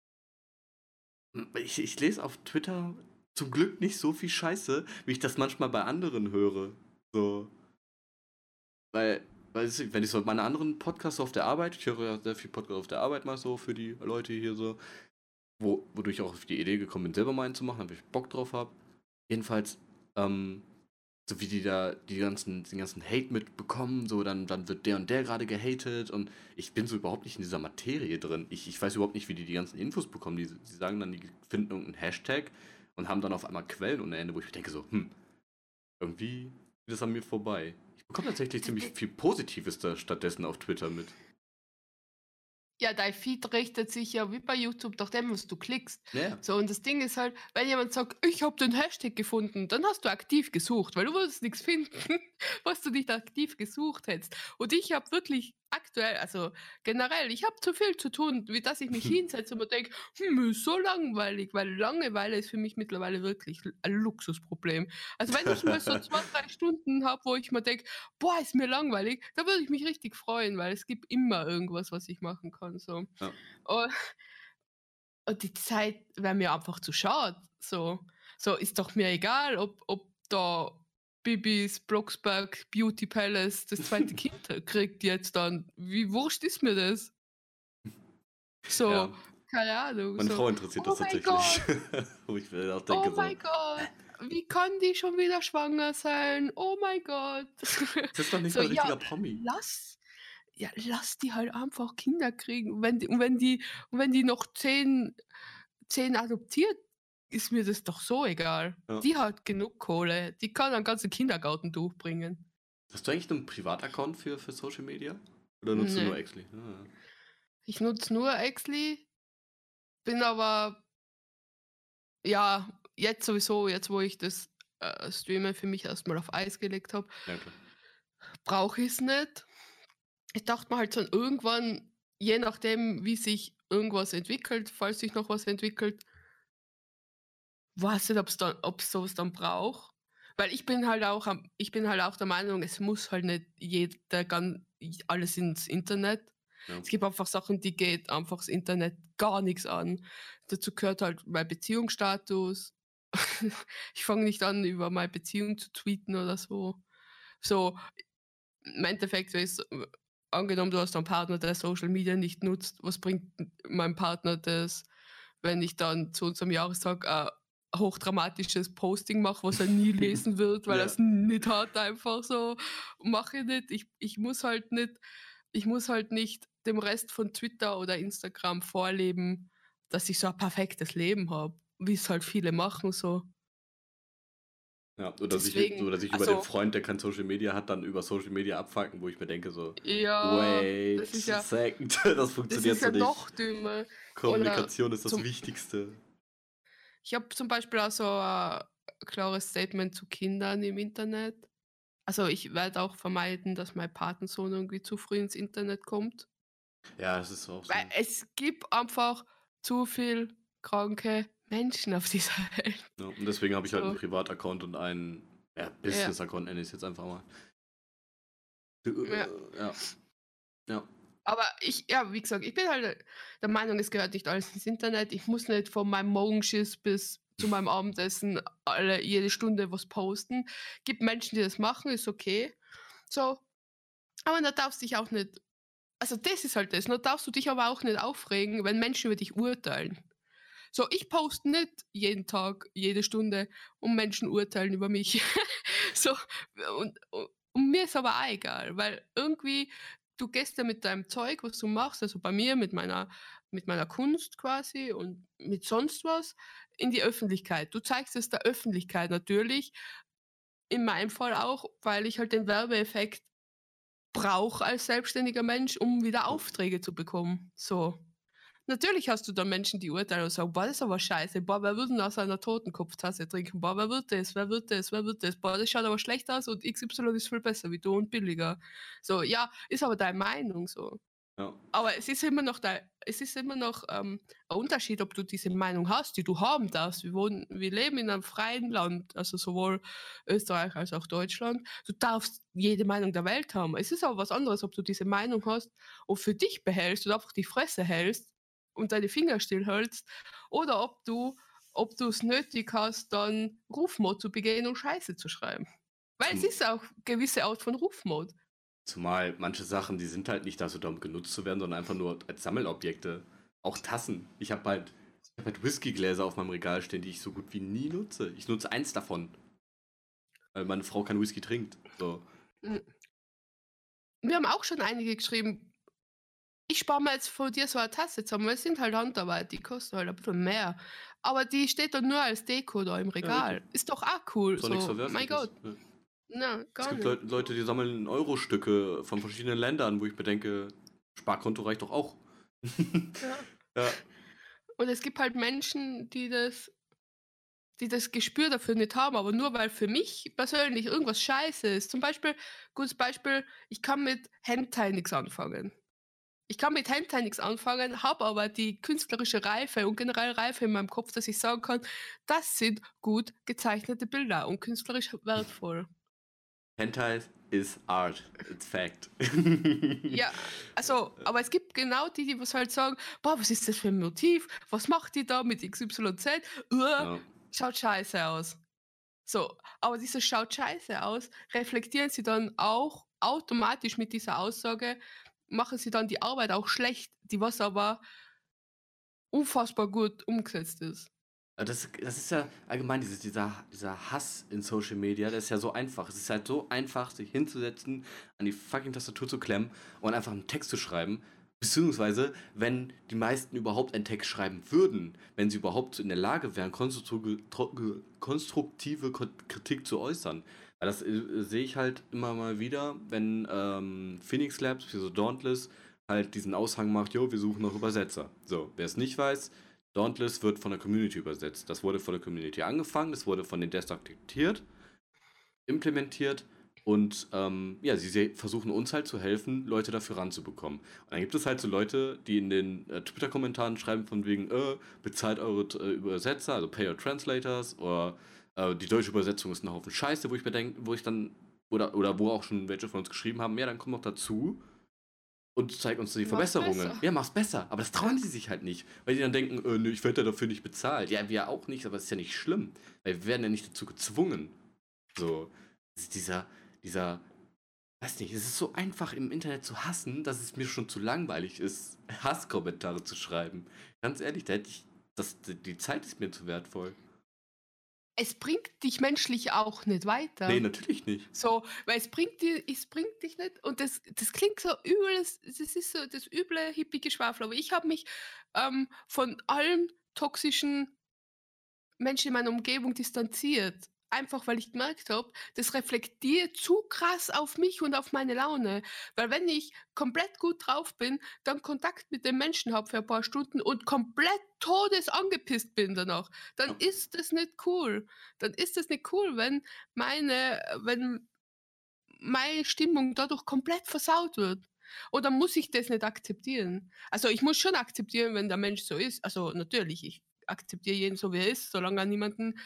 Ich, ich lese auf Twitter zum Glück nicht so viel Scheiße, wie ich das manchmal bei anderen höre. So, weil, weiß ich, wenn ich so meine anderen Podcasts auf der Arbeit, ich höre ja sehr viel Podcast auf der Arbeit mal so für die Leute hier so, wo, wodurch ich auch auf die Idee gekommen bin, selber meinen zu machen, weil ich Bock drauf habe. Jedenfalls, ähm, so wie die da die ganzen, den ganzen Hate mitbekommen, so dann, dann wird der und der gerade gehatet und ich bin so überhaupt nicht in dieser Materie drin. Ich, ich weiß überhaupt nicht, wie die die ganzen Infos bekommen. Die, die sagen dann, die finden irgendeinen Hashtag und haben dann auf einmal Quellen ohne Ende, wo ich mir denke so, hm, irgendwie geht das an mir vorbei. Ich bekomme tatsächlich Das, ziemlich das, viel Positives da stattdessen auf Twitter mit. ja, dein Feed richtet sich ja wie bei YouTube nach dem, was du klickst. Ja. So, und das Ding ist halt, wenn jemand sagt, ich habe den Hashtag gefunden, dann hast du aktiv gesucht, weil du würdest nichts finden, was du nicht aktiv gesucht hättest. Und ich habe wirklich aktuell, also generell, ich habe zu viel zu tun, wie dass ich mich hinsetze und mir denke, hm, ist so langweilig, weil Langeweile ist für mich mittlerweile wirklich ein Luxusproblem. Also wenn ich mal so zwei, drei Stunden habe, wo ich mir denke, boah, ist mir langweilig, da würde ich mich richtig freuen, weil es gibt immer irgendwas, was ich machen kann. So. Ja. Und, und die Zeit wäre mir einfach zu schade. So, so ist doch mir egal, ob, ob da Bibis Blocksberg Beauty Palace das zweite Kind kriegt jetzt dann. Wie wurscht ist mir das? So, Ja, keine Ahnung. meine So, Frau interessiert das oh mein tatsächlich. Gott, Wo ich mir auch oh denke so, mein Gott, wie kann die schon wieder schwanger sein? Oh mein Gott. das ist doch nicht So, mal ein ja, richtiger Promi. lass, ja, lass die halt einfach Kinder kriegen. Wenn die, und wenn die, und wenn die noch zehn, zehn adoptiert, ist mir das doch so egal. Ja. Die hat genug Kohle. Die kann einen ganzen Kindergarten durchbringen. Hast du eigentlich einen Privataccount für, für Social Media? Oder nutzt du nur Nee. Exli? Ah. Ich nutze nur Exli, bin aber, ja, jetzt sowieso, jetzt wo ich das äh, Streamen für mich erstmal auf Eis gelegt habe, Ja, klar. brauche ich es nicht. Ich dachte mir halt dann irgendwann, je nachdem, wie sich irgendwas entwickelt, falls sich noch was entwickelt, weiß nicht, ob's dann ob's so was dann braucht. Weil ich bin halt auch am ich bin halt auch der Meinung, es muss halt nicht jeder gan alles ins Internet. Ja. Es gibt einfach Sachen, die geht einfach das Internet gar nichts an. Dazu gehört halt mein Beziehungsstatus. Ich fange nicht an, über meine Beziehung zu tweeten oder so. So, im Endeffekt ist, äh, angenommen, du hast einen Partner, der Social Media nicht nutzt, was bringt meinem Partner das, wenn ich dann zu unserem Jahrestag ein hochdramatisches Posting mache, was er nie lesen wird, weil er Ja. es nicht hat, einfach so. Mache ich nicht. Ich, ich muss halt nicht, ich muss halt nicht dem Rest von Twitter oder Instagram vorleben, dass ich so ein perfektes Leben habe, wie es halt viele machen so. Ja, oder sich, Deswegen, oder sich über den also Freund, der kein Social Media hat, dann über Social Media abfacken, wo ich mir denke so, ja, wait das ist a ja, second, das das funktioniert ist so ja nicht. noch dümmer. Oder Kommunikation ist das zum, Wichtigste. ich habe zum Beispiel auch so ein klares Statement zu Kindern im Internet. Also ich werde auch vermeiden, dass mein Patensohn irgendwie zu früh ins Internet kommt. Ja, das ist auch Weil so. es gibt einfach zu viel kranke Menschen auf dieser Welt. Ja, und deswegen habe ich halt einen So, Privataccount und einen ja, ja, Business-Account, nenne ich es jetzt einfach mal. Du, ja. äh, ja, ja. Aber ich ja, wie gesagt, ich bin halt der Meinung, es gehört nicht alles ins Internet. Ich muss nicht von meinem Morgenschiss bis zu meinem Abendessen alle jede Stunde was posten. Gibt Menschen, die das machen, ist okay. So, aber da darfst dich auch nicht also das ist halt das, da darfst du dich aber auch nicht aufregen, wenn Menschen über dich urteilen. So, ich poste nicht jeden Tag, jede Stunde und Menschen urteilen über mich. So, und, und, und mir ist aber auch egal, weil irgendwie du gehst ja mit deinem Zeug, was du machst, also bei mir mit meiner, mit meiner Kunst quasi und mit sonst was, in die Öffentlichkeit. Du zeigst es der Öffentlichkeit natürlich, in meinem Fall auch, weil ich halt den Werbeeffekt brauche als selbstständiger Mensch, um wieder Ja. Aufträge zu bekommen. So. Natürlich hast du da Menschen, die urteilen und sagen: „Boah, das ist aber scheiße. Boah, wer würde denn aus einer Totenkopftasse trinken? Boah, wer wird das? Wer wird das? Wer wird das? Boah, das schaut aber schlecht aus und X Y ist viel besser wie du und billiger.“ So, ja, ist aber deine Meinung so. Ja. Aber es ist immer noch dei es ist immer noch, ähm, 'n Unterschied, ob du diese Meinung hast, die du haben darfst. Wir wohnen wir leben in einem freien Land, also sowohl Österreich als auch Deutschland. Du darfst jede Meinung der Welt haben. Es ist aber was anderes, ob du diese Meinung hast und für dich behältst und einfach die Fresse hältst und deine Finger stillhältst oder ob du ob du's nötig hast, dann Rufmord zu begehen und Scheiße zu schreiben. Weil es Zum, ist auch gewisse Art von Rufmord. zumal manche Sachen, die sind halt nicht dazu da, um genutzt zu werden, sondern einfach nur als Sammelobjekte. Auch Tassen. Ich habe halt, ich hab halt Whiskygläser auf meinem Regal stehen, die ich so gut wie nie nutze. Ich nutze eins davon, weil meine Frau kein Whisky trinkt. So. Hm, wir haben auch schon einige geschrieben: „Ich spare mir jetzt von dir so eine Tasse zusammen“, weil es sind halt Handarbeit, die kosten halt ein bisschen mehr. Aber die steht dann nur als Deko da im Ja, richtig. Regal. Ist doch auch cool, Ist auch nichts so, mein Verwerfliches. Gott. Ja. Na, Es gar gibt nicht. Leut Leute, die sammeln Euro-Stücke von verschiedenen Ländern, wo ich mir denke, Sparkonto reicht doch auch. Ja. Ja. Und es gibt halt Menschen, die das die das Gespür dafür nicht haben, aber nur weil für mich persönlich irgendwas scheiße ist. Zum Beispiel, gutes Beispiel, ich kann mit Hentai nix anfangen. Ich kann mit Hentai nix anfangen, habe aber die künstlerische Reife und generell Reife in meinem Kopf, dass ich sagen kann, das sind gut gezeichnete Bilder und künstlerisch wertvoll. Hentai is art. It's fact. Ja, also, aber es gibt genau die, die was halt sagen: „Boah, was ist das für ein Motiv? Was macht die da mit X Y Z? Uah, Ja. schaut scheiße aus.“ So, aber dieses „schaut scheiße aus“ reflektieren sie dann auch automatisch mit dieser Aussage, machen sie dann die Arbeit auch schlecht, die was aber unfassbar gut umgesetzt ist. Aber Das, das ist ja allgemein dieses, dieser, dieser Hass in Social Media, der ist ja so einfach. Es ist halt so einfach, sich hinzusetzen, an die fucking Tastatur zu klemmen und einfach einen Text zu schreiben. Beziehungsweise, wenn die meisten überhaupt einen Text schreiben würden, wenn sie überhaupt in der Lage wären, konstruktive, tro- konstruktive Ko- Kritik zu äußern. Weil das äh, sehe ich halt immer mal wieder, wenn ähm, Phoenix Labs, wie so Dauntless, halt diesen Aushang macht, jo, wir suchen noch Übersetzer. So, wer es nicht weiß, Dauntless wird von der Community übersetzt. Das wurde von der Community angefangen, das wurde von den Devs akzeptiert, implementiert und ähm, ja, sie se- versuchen uns halt zu helfen, Leute dafür ranzubekommen. Und dann gibt es halt so Leute, die in den äh, Twitter-Kommentaren schreiben von wegen, äh, bezahlt eure äh, Übersetzer, also pay your translators, oder äh, die deutsche Übersetzung ist ein Haufen Scheiße, wo ich mir denke, wo ich dann, oder, oder wo auch schon welche von uns geschrieben haben, ja, dann komm noch dazu und zeig uns die Mach's Verbesserungen. besser. Ja, mach's besser. Aber das trauen Ja. sie sich halt nicht. Weil die dann denken, äh, nö, ich werde ja dafür nicht bezahlt. Ja, wir auch nicht, aber es ist ja nicht schlimm. Weil wir werden ja nicht dazu gezwungen. So, es ist dieser, dieser, weiß nicht, es ist so einfach im Internet zu hassen, dass es mir schon zu langweilig ist, Hasskommentare zu schreiben. Ganz ehrlich, da hätte ich, das, die Zeit ist mir zu wertvoll. Es bringt dich menschlich auch nicht Nee, weiter. natürlich nicht. So, weil es bringt dir es bringt dich nicht und das das klingt so übel, das das ist so das üble Hippie-Geschwafel, aber ich habe mich, ähm, von allen toxischen Menschen in meiner Umgebung distanziert. Einfach, weil ich gemerkt habe, das reflektiert zu krass auf mich und auf meine Laune. Weil wenn ich komplett gut drauf bin, dann Kontakt mit den Menschen habe für ein paar Stunden und komplett todesangepisst bin danach, dann Ja. ist das nicht cool. Dann ist das nicht cool, wenn meine wenn meine Stimmung dadurch komplett versaut wird. Und dann muss ich das nicht akzeptieren. Also, ich muss schon akzeptieren, wenn der Mensch so ist. Also, natürlich, ich akzeptiere jeden so, wie er ist, solange er niemanden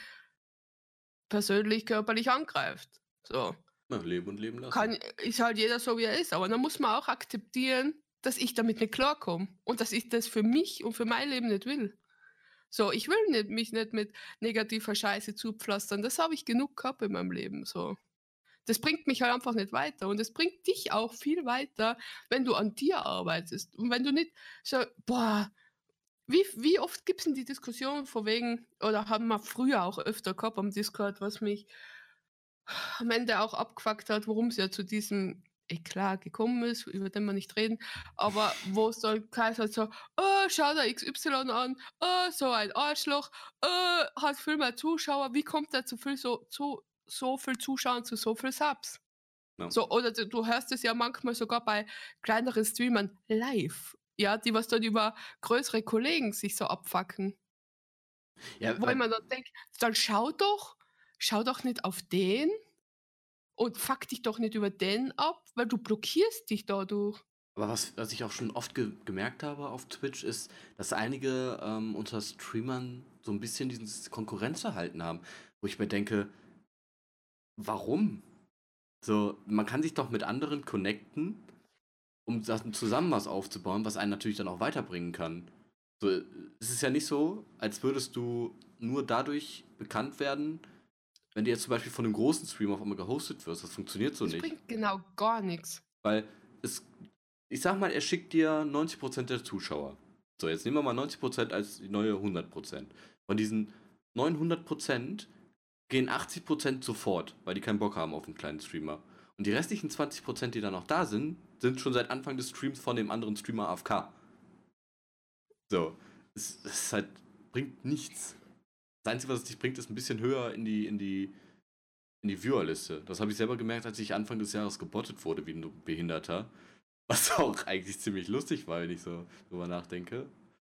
persönlich, körperlich angreift. So, Ja, leben und leben lassen. kann ist halt jeder so, wie er ist. Aber dann muss man auch akzeptieren dass ich damit nicht klarkomme und dass ich das für mich und für mein Leben nicht will. So, ich will nicht, mich nicht mit negativer Scheiße zupflastern. Das habe ich genug gehabt in meinem Leben. So. Das bringt mich halt einfach nicht weiter. Und es bringt dich auch viel weiter, wenn du an dir arbeitest. Und wenn du nicht so, boah, wie, wie oft gibt es denn die Diskussion von wegen, oder haben wir früher auch öfter gehabt am Discord, was mich am Ende auch abgefuckt hat, warum es ja zu diesem Eklat gekommen ist, über den wir nicht reden, aber wo es dann geheißen hat, so, oh, schau da X Y an, oh, so ein Arschloch, oh, hat viel mehr Zuschauer, wie kommt er zu viel, so, zu, so viel Zuschauern zu so viel Subs? Ja. So, oder du, du hörst es ja manchmal sogar bei kleineren Streamern live, ja, die was dann über größere Kollegen sich so abfacken. Ja, Wo ich weil, mir dann denke, dann schau doch, schau doch nicht auf den und fuck dich doch nicht über den ab, weil du blockierst dich dadurch. aber was, was ich auch schon oft ge gemerkt habe auf Twitch, ist, dass einige ähm, unter Streamern so ein bisschen dieses Konkurrenzverhalten haben, wo ich mir denke, warum? So, man kann sich doch mit anderen connecten, um dann zusammen was aufzubauen, was einen natürlich dann auch weiterbringen kann. So, es ist ja nicht so, als würdest du nur dadurch bekannt werden, wenn du jetzt zum Beispiel von einem großen Streamer auf einmal gehostet wirst. Das funktioniert so Das nicht. bringt genau gar nichts. Weil es, ich sag mal, er schickt dir neunzig Prozent der Zuschauer. So, jetzt nehmen wir mal neunzig Prozent als die neue hundert Prozent. Von diesen neunhundert Prozent gehen achtzig Prozent sofort, weil die keinen Bock haben auf einen kleinen Streamer. Und die restlichen zwanzig Prozent, die dann noch da sind, sind schon seit Anfang des Streams von dem anderen Streamer A F K. So, es, es ist halt, bringt nichts. Das Einzige, was es dich bringt, ist ein bisschen höher in die, in die, in die Viewerliste. Das habe ich selber gemerkt, als ich Anfang des Jahres gebottet wurde wie ein Behinderter. Was auch eigentlich ziemlich lustig war, wenn ich so drüber nachdenke.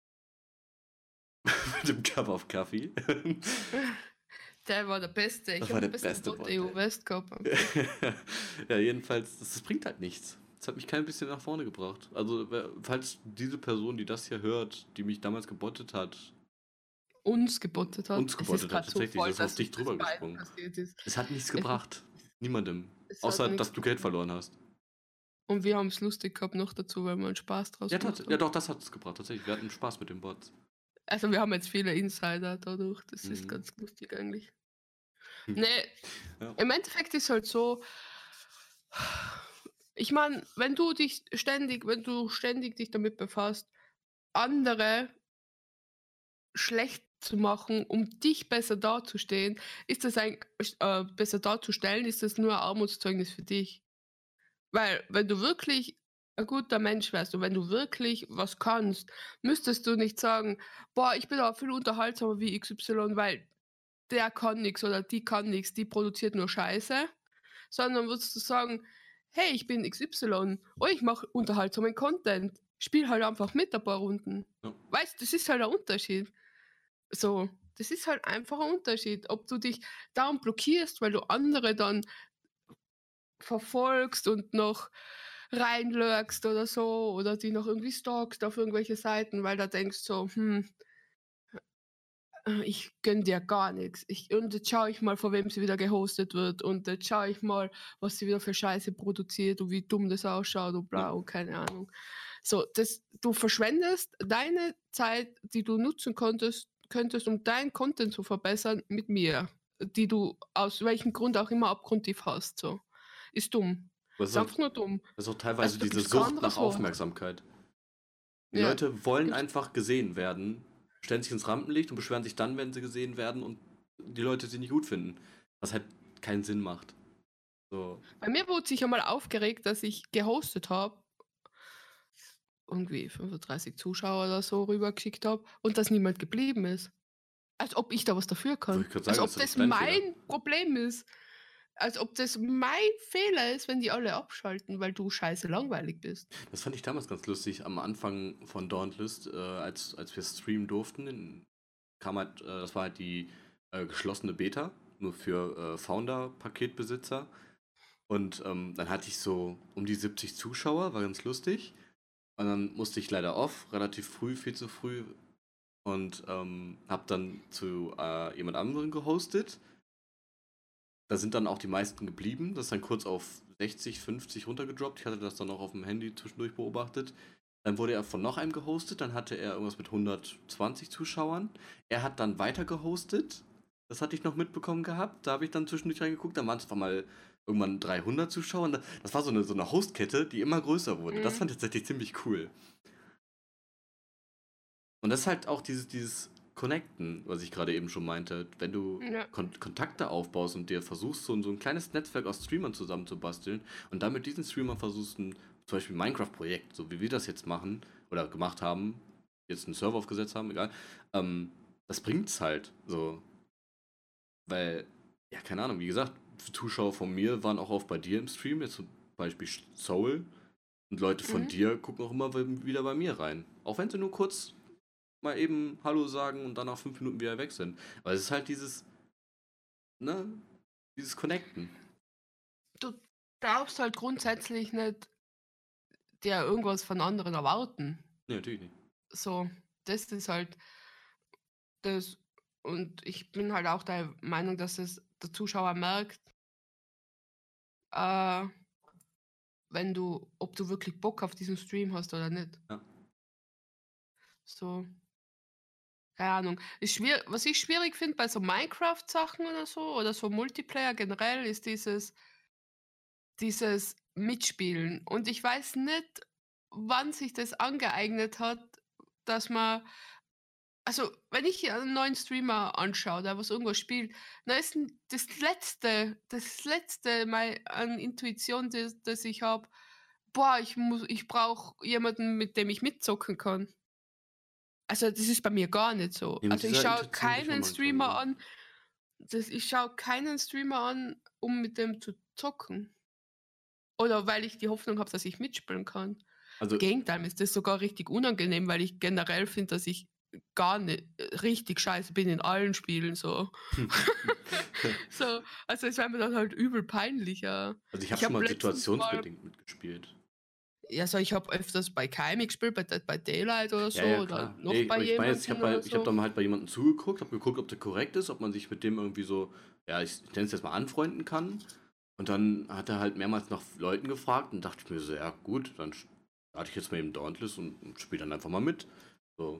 Mit dem Cup of Kaffee. Der war der Beste. Ich Das habe war den der besten beste Bot Bot, E U ey. West gehabt. Ja, jedenfalls, das, das bringt halt nichts. Das hat mich kein bisschen nach vorne gebracht. Also, wer- falls diese Person, die das hier hört, die mich damals gebottet hat, Uns gebottet hat. uns Es ist gebottet hat, gerade so tatsächlich, voll, das ist auf dass dich es das drüber beiden gesprungen. passiert ist. Es hat nichts Es, gebracht. Niemandem. es hat Außer, nichts dass du Geld gebracht. verloren hast. Und wir haben es lustig gehabt noch dazu, weil wir einen Spaß draus Ja, gemacht tat, ja haben. doch, das hat es gebracht, tatsächlich. Wir hatten Spaß mit den Bots. Also wir haben jetzt viele Insider dadurch. Das ist Mhm. ganz lustig eigentlich. Hm. Nee, Ja. im Endeffekt ist halt so, ich meine, wenn du dich ständig, wenn du ständig dich damit befasst, andere schlecht zu machen, um dich besser dazustehen, ist das ein, äh, besser darzustellen, ist das nur ein Armutszeugnis für dich. Weil wenn du wirklich ein guter Mensch wärst und wenn du wirklich was kannst, müsstest du nicht sagen, boah, ich bin aber viel unterhaltsamer wie X Y, weil der kann nichts oder die kann nichts, die produziert nur Scheiße, sondern würdest du sagen, hey, ich bin X Y, oh, ich mache unterhaltsamen Content, spiel halt einfach mit ein paar Runden. Ja. Weißt du, das ist halt ein Unterschied. So, das ist halt einfach ein Unterschied, ob du dich darum blockierst, weil du andere dann verfolgst und noch reinlurkst oder so oder die noch irgendwie stalkst auf irgendwelche Seiten, weil da denkst so, hm, äh, ich gönn dir gar nichts. Ich, und jetzt schaue ich mal, von wem sie wieder gehostet wird und jetzt schaue ich mal, was sie wieder für Scheiße produziert und wie dumm das ausschaut und bla Ja. und keine Ahnung. So, das, du verschwendest deine Zeit, die du nutzen konntest, könntest, um deinen Content zu verbessern, mit mir, die du aus welchem Grund auch immer abgrundtief hast. So. Ist dumm. Das ist Ist auch, einfach nur dumm. das ist auch teilweise Also da diese gibt's kein Sucht nach anderes Wort. Aufmerksamkeit. Die Ja, Leute wollen gibt's. einfach gesehen werden, stellen sich ins Rampenlicht und beschweren sich dann, wenn sie gesehen werden und die Leute sie nicht gut finden. Was halt keinen Sinn macht. So. Bei mir wurde sich einmal aufgeregt, dass ich gehostet habe, irgendwie fünfunddreißig Zuschauer oder so rübergeschickt habe und dass niemand geblieben ist. Als ob ich da was dafür Wollte kann. ich gerade Als sagen, ob ist das das dein Fehler. mein Problem ist. Als ob das mein Fehler ist, wenn die alle abschalten, weil du scheiße langweilig bist. Das fand ich damals ganz lustig am Anfang von Dauntless, äh, als, als wir streamen durften. In, kam halt, äh, das war halt die äh, geschlossene Beta, nur für äh, Founder-Paketbesitzer. Und ähm, dann hatte ich so um die siebzig Zuschauer, war ganz lustig. Und dann musste ich leider off, relativ früh, viel zu früh. Und ähm, hab dann zu äh, jemand anderem gehostet. Da sind dann auch die meisten geblieben. Das ist dann kurz auf sechzig, fünfzig runtergedroppt. Ich hatte das dann auch auf dem Handy zwischendurch beobachtet. Dann wurde er von noch einem gehostet, dann hatte er irgendwas mit hundertzwanzig Zuschauern. Er hat dann weiter gehostet. Das hatte ich noch mitbekommen gehabt. Da habe ich dann zwischendurch reingeguckt. Dann waren es auf einmal irgendwann dreihundert Zuschauer. Und das war so eine, so eine Hostkette, die immer größer wurde. Das Mhm. fand ich tatsächlich ziemlich cool. Und das ist halt auch dieses, dieses Connecten, was ich gerade eben schon meinte. Wenn du Ja. Kon Kontakte aufbaust und dir versuchst, so, ein- so ein kleines Netzwerk aus Streamern zusammenzubasteln und dann mit diesen Streamern versuchst, ein, zum Beispiel ein Minecraft-Projekt, so wie wir das jetzt machen oder gemacht haben, jetzt einen Server aufgesetzt haben, egal, ähm, das bringt's halt so. Weil, ja, keine Ahnung, wie gesagt, Zuschauer von mir waren auch oft bei dir im Stream, jetzt zum Beispiel Soul. Und Leute von Mhm. dir gucken auch immer wieder bei mir rein. Auch wenn sie nur kurz mal eben Hallo sagen und dann nach fünf Minuten wieder weg sind. Weil es ist halt dieses, ne, dieses Connecten. Du darfst halt grundsätzlich nicht dir irgendwas von anderen erwarten. Nee, natürlich nicht. So, das ist halt das. Und ich bin halt auch der Meinung, dass es der Zuschauer merkt, äh, wenn du, ob du wirklich Bock auf diesen Stream hast oder nicht. Ja. So, keine Ahnung. Ist schwer, was ich schwierig finde bei so Minecraft-Sachen oder so, oder so Multiplayer generell, ist dieses, dieses Mitspielen. Und ich weiß nicht, wann sich das angeeignet hat, dass man, also wenn ich einen neuen Streamer anschaue, der was irgendwas spielt, dann ist n- das letzte, das letzte mal an Intuition, das, das ich habe, boah, ich muss, ich brauche jemanden, mit dem ich mitzocken kann. Also das ist bei mir gar nicht so. Nee, mit Also ich dieser schaue Intention hatte ich auch keinen manchmal Streamer so. an, das, ich schaue keinen Streamer an, um mit dem zu zocken. Oder weil ich die Hoffnung habe, dass ich mitspielen kann. Also, Gegenteil, mir ist das sogar richtig unangenehm, weil ich generell finde, dass ich gar nicht äh, richtig scheiße bin in allen Spielen so. So, also es wäre mir dann halt übel peinlich, ja. also ich habe Ich schon habe mal letztens mal, situationsbedingt mitgespielt. ja, so ich habe öfters bei Keimi gespielt, bei Dead by Daylight oder Ja, so, ja, oder klar. noch Nee, bei aber ich meine jetzt, ich habe jemandem oder bei, ich hab so. dann halt bei jemandem zugeguckt, habe geguckt, ob der korrekt ist, ob man sich mit dem irgendwie so, ja, ich nenne es jetzt mal anfreunden kann. Und dann hat er halt mehrmals nach Leuten gefragt und dachte ich mir so, ja gut, dann starte ich jetzt mal eben Dauntless und, und spiele dann einfach mal mit. So.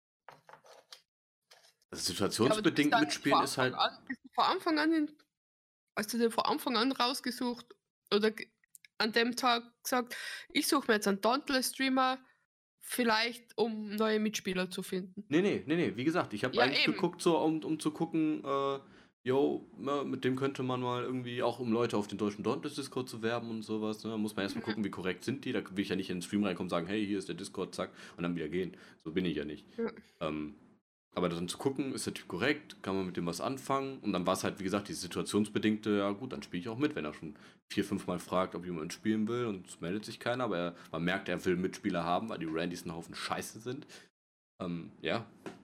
Also Ja, aber du bist situationsbedingt da nicht mitspielen von ist Anfang halt, an, bist du von Anfang an in, hast du dir von Anfang an rausgesucht oder ge- an dem Tag gesagt, ich suche mir jetzt einen Dauntless-Streamer, vielleicht um neue Mitspieler zu finden. nee, nee, nee, nee, wie gesagt, ich habe Ja, eigentlich eben. geguckt, so um, um zu gucken, äh, yo, ne, mit dem könnte man mal irgendwie, auch um Leute auf den deutschen Dauntless-Discord zu werben und sowas, ne, da muss man erstmal Mhm. gucken, wie korrekt sind die, da will ich ja nicht in den Stream reinkommen und sagen, hey, hier ist der Discord, zack, und dann wieder gehen. So bin ich ja nicht. Ja. Ähm, aber dann zu gucken, ist der Typ korrekt, kann man mit dem was anfangen, und dann war es halt, wie gesagt, dieses situationsbedingte, ja gut, dann spiele ich auch mit, wenn er schon vier, fünf Mal fragt, ob jemand spielen will, und es meldet sich keiner, aber er, man merkt, er will Mitspieler haben, weil die Randys ein Haufen Scheiße sind. Ähm, ja,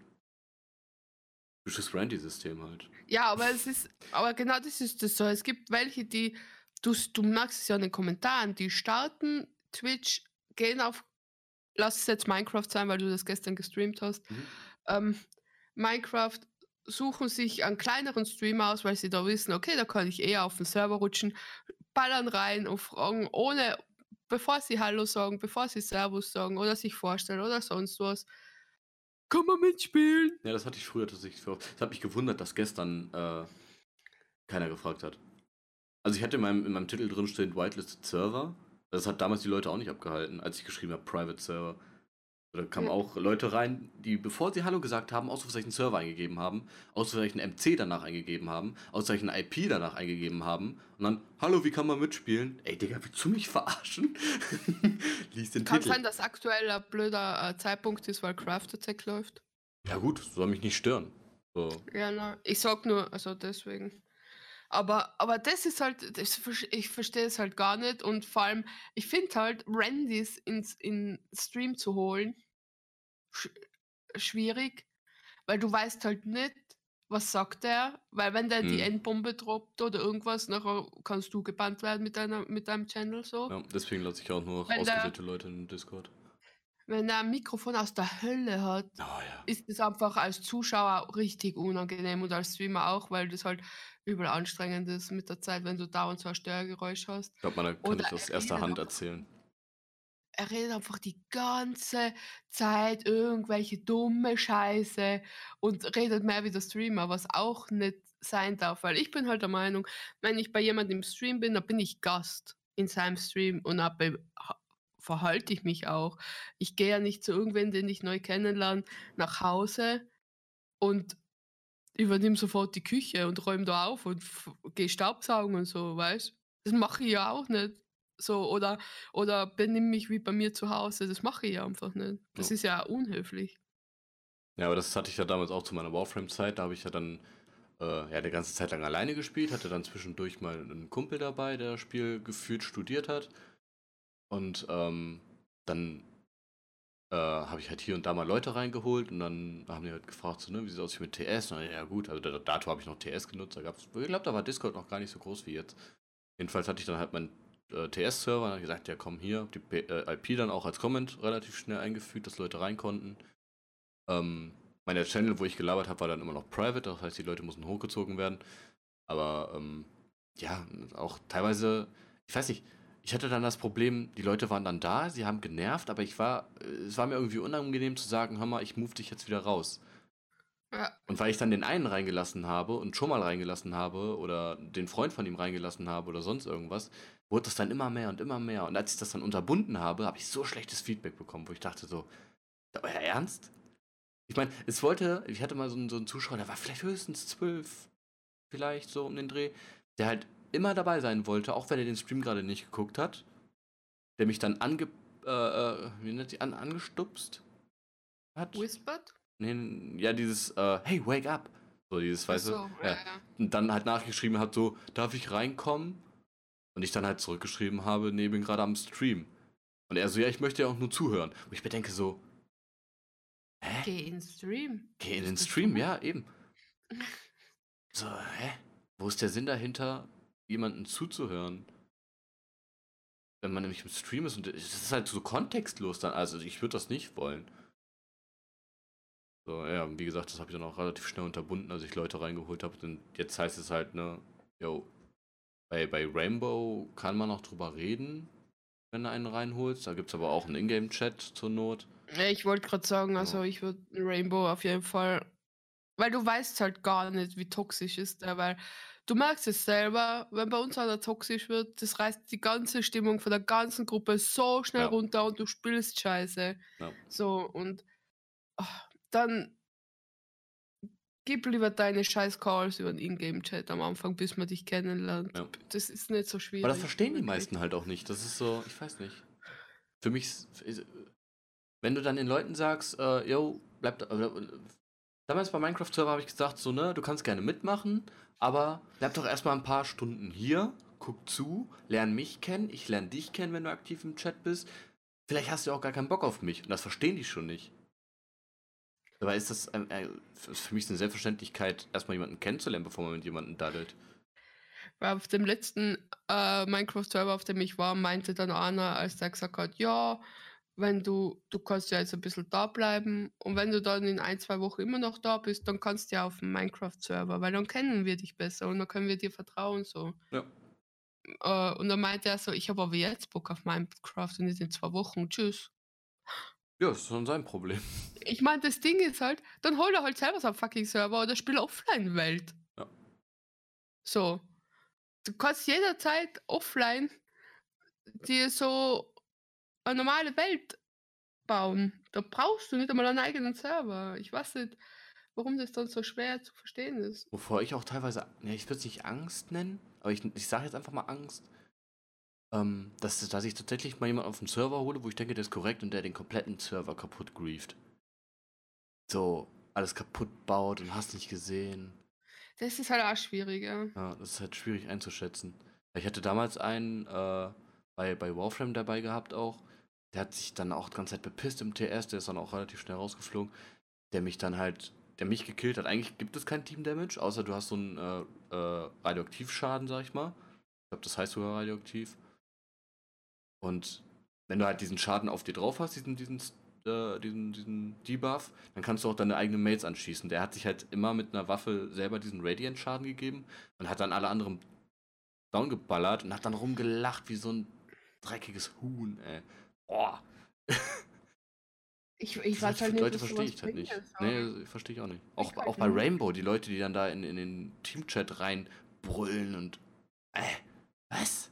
typisches Randy-System halt. Ja, aber es ist, aber genau das ist das so. Es gibt welche, die, du, s- du merkst es ja in den Kommentaren, die starten Twitch, gehen auf, lass es jetzt Minecraft sein, weil du das gestern gestreamt hast, Mhm. ähm, Minecraft, suchen sich einen kleineren Streamer aus, weil sie da wissen, okay, da kann ich eher auf den Server rutschen, ballern rein und fragen, ohne, bevor sie Hallo sagen, bevor sie Servus sagen oder sich vorstellen oder sonst was, kann man mitspielen? Ja, das hatte ich früher tatsächlich für. Es hat mich gewundert, dass gestern äh, keiner gefragt hat. Also ich hatte in meinem, in meinem Titel drin stehen Whitelisted Server. Das hat damals die Leute auch nicht abgehalten, als ich geschrieben habe Private Server. Da kamen Ja. auch Leute rein, die, bevor sie Hallo gesagt haben, Ausrufezeichen Server eingegeben haben, Ausrufezeichen M C danach eingegeben haben, Ausrufezeichen I P danach eingegeben haben und dann, Hallo, wie kann man mitspielen? Ey, Digga, willst du mich verarschen? Lies den Kann Titel. sein, dass aktuell ein blöder äh, Zeitpunkt ist, weil Craft Attack läuft. Ja gut, soll mich nicht stören. So. Ja, na, ich sag nur, also deswegen. Aber, aber das ist halt, das, versch- ich verstehe es halt gar nicht und vor allem, ich finde halt, Randys ins in Stream zu holen, sch schwierig, weil du weißt halt nicht, was sagt er, weil wenn der die Hm. Endbombe droppt oder irgendwas, nachher kannst du gebannt werden mit deiner, mit deinem Channel so. Ja, deswegen lasse ich auch nur Wenn der, ausgewählte Leute in den Discord. wenn er ein Mikrofon aus der Hölle hat, Oh ja. ist es einfach als Zuschauer richtig unangenehm und als Streamer auch, weil das halt übel anstrengend ist mit der Zeit, wenn du dauernd so ein Störgeräusch hast. Ich glaube, man kann Oder das aus er erster redet Hand einfach. erzählen. er redet einfach die ganze Zeit irgendwelche dumme Scheiße und redet mehr wie der Streamer, was auch nicht sein darf, weil ich bin halt der Meinung, wenn ich bei jemandem im Stream bin, dann bin ich Gast in seinem Stream und da be ha verhalte ich mich auch. Ich gehe ja nicht zu irgendwen, den ich neu kennenlerne, nach Hause und übernehme sofort die Küche und räume da auf und f gehe Staubsaugen und so, weißt? Das mache ich ja auch nicht. So oder oder benimm mich wie bei mir zu Hause, das mache ich ja einfach nicht. Ja. Das ist ja unhöflich. Ja, aber das hatte ich ja damals auch zu meiner Warframe-Zeit. Da habe ich ja dann äh, ja, eine ganze Zeit lang alleine gespielt, hatte dann zwischendurch mal einen Kumpel dabei, der das Spiel gefühlt studiert hat. Und ähm, dann äh, habe ich halt hier und da mal Leute reingeholt und dann haben die halt gefragt, so, ne, wie sieht es aus hier mit T S? Und dann, ja gut, also da- dato habe ich noch T S genutzt. Da gab's, ich glaube, da war Discord noch gar nicht so groß wie jetzt. Jedenfalls hatte ich dann halt meinen äh, T S-Server und habe gesagt, ja komm hier, hab die P äh, I P dann auch als Comment relativ schnell eingefügt, dass Leute rein konnten. Ähm, Meine Channel, wo ich gelabert habe, war dann immer noch private, das heißt, die Leute mussten hochgezogen werden. Aber ähm, ja, auch teilweise, ich weiß nicht, ich hatte dann das Problem, die Leute waren dann da, sie haben genervt, aber ich war, äh, es war mir irgendwie unangenehm zu sagen, hör mal, ich move dich jetzt wieder raus. Ja, Und weil ich dann den einen reingelassen habe und schon mal reingelassen habe oder den Freund von ihm reingelassen habe oder sonst irgendwas, wurde das dann immer mehr und immer mehr. Und als ich das dann unterbunden habe, habe ich so schlechtes Feedback bekommen, wo ich dachte so, euer Ernst? Ich meine, es wollte, ich hatte mal so einen, so einen Zuschauer, der war vielleicht höchstens zwölf, vielleicht so um den Dreh, der halt immer dabei sein wollte, auch wenn er den Stream gerade nicht geguckt hat, der mich dann ange, äh, äh, wie nennt sie, an, angestupst hat. whispered? Nee, ja, dieses, äh, hey, wake up. So dieses, Ach weißt du, so, ja, ja. ja. Und dann halt nachgeschrieben hat, so, darf ich reinkommen? Und ich dann halt zurückgeschrieben habe, nee, bin gerade am Stream. Und er so, ja, ich möchte ja auch nur zuhören. Und ich bedenke so, hä? Geh in Stream. Geh in den Bist du Stream, dumm? ja, eben. So, hä? Wo ist der Sinn dahinter, jemanden zuzuhören? Wenn man nämlich im Stream ist und es ist halt so kontextlos dann, also ich würde das nicht wollen. So, ja, wie gesagt, das habe ich dann auch relativ schnell unterbunden, als ich Leute reingeholt habe. Und jetzt heißt es halt, ne, yo, bei, bei Rainbow kann man noch drüber reden, wenn du einen reinholst. Da gibt es aber auch einen Ingame-Chat zur Not. Ja, ich wollte gerade sagen, also Ja. ich würde Rainbow auf jeden Fall, weil du weißt halt gar nicht, wie toxisch ist der, weil du merkst es selber, wenn bei uns einer toxisch wird, das reißt die ganze Stimmung von der ganzen Gruppe so schnell Ja, runter und du spielst scheiße. ja, So, und ah, dann gib lieber deine scheiß Calls über den Ingame-Chat am Anfang, bis man dich kennenlernt. ja. Das ist nicht so Aber das schwierig, verstehen die wirklich. meisten halt auch nicht. Das ist so, ich weiß nicht. Für mich, ist- ist- wenn du dann den Leuten sagst, äh, yo, bleib da. Oder, äh, damals bei Minecraft-Server habe ich gesagt, so, ne, du kannst gerne mitmachen, aber bleib doch erstmal ein paar Stunden hier, guck zu, lern mich kennen, ich lerne dich kennen, wenn du aktiv im Chat bist. Vielleicht hast du ja auch gar keinen Bock auf mich und das verstehen die schon nicht. Dabei ist das ähm, äh, ist für mich eine Selbstverständlichkeit, erstmal jemanden kennenzulernen, bevor man mit jemandem daddelt. Weil auf dem letzten äh, Minecraft-Server, auf dem ich war, meinte dann einer, als der gesagt hat, ja, wenn du, du kannst ja jetzt ein bisschen da bleiben und wenn du dann in ein, zwei Wochen immer noch da bist, dann kannst du ja auf dem Minecraft-Server, weil dann kennen wir dich besser und dann können wir dir vertrauen so. Ja. Äh, und dann meinte er so, ich habe aber jetzt Bock auf Minecraft und nicht in zwei Wochen, tschüss. Ja, das ist schon sein Problem. Ich meine, das Ding ist halt, dann hol er halt selber so einen fucking Server oder spiel Offline-Welt. Ja. So. Du kannst jederzeit offline dir so eine normale Welt bauen. Da brauchst du nicht einmal einen eigenen Server. Ich weiß nicht, warum das dann so schwer zu verstehen ist. Wovor ich auch teilweise, ja, ich würde es nicht Angst nennen, aber ich, ich sage jetzt einfach mal Angst, ähm, dass, dass ich tatsächlich mal jemanden auf den Server hole, wo ich denke, der ist korrekt und der den kompletten Server kaputt grieft. So, alles kaputt baut und hast nicht gesehen. Das ist halt auch schwierig, ja. Ja, das ist halt schwierig einzuschätzen. Ich hatte damals einen äh, bei, bei Warframe dabei gehabt auch. Der hat sich dann auch die ganze Zeit bepisst im T S, der ist dann auch relativ schnell rausgeflogen. Der mich dann halt, der mich gekillt hat. Eigentlich gibt es kein Team Damage, außer du hast so einen äh, äh, Radioaktivschaden, sag ich mal. Ich glaube, das heißt sogar radioaktiv. Und wenn du halt diesen Schaden auf dir drauf hast, diesen, diesen, äh, diesen, diesen Debuff, dann kannst du auch deine eigenen Mates anschießen. Der hat sich halt immer mit einer Waffe selber diesen Radiant-Schaden gegeben und hat dann alle anderen downgeballert und hat dann rumgelacht wie so ein dreckiges Huhn, ey. Boah. Ich, ich Solche weiß halt nicht, Leute was verstehe sowas ich halt bringen nicht. soll. Nee, verstehe ich auch nicht. Ich Auch, auch halt bei nicht. Rainbow, die Leute, die dann da in, in den Teamchat reinbrüllen und. Äh, was?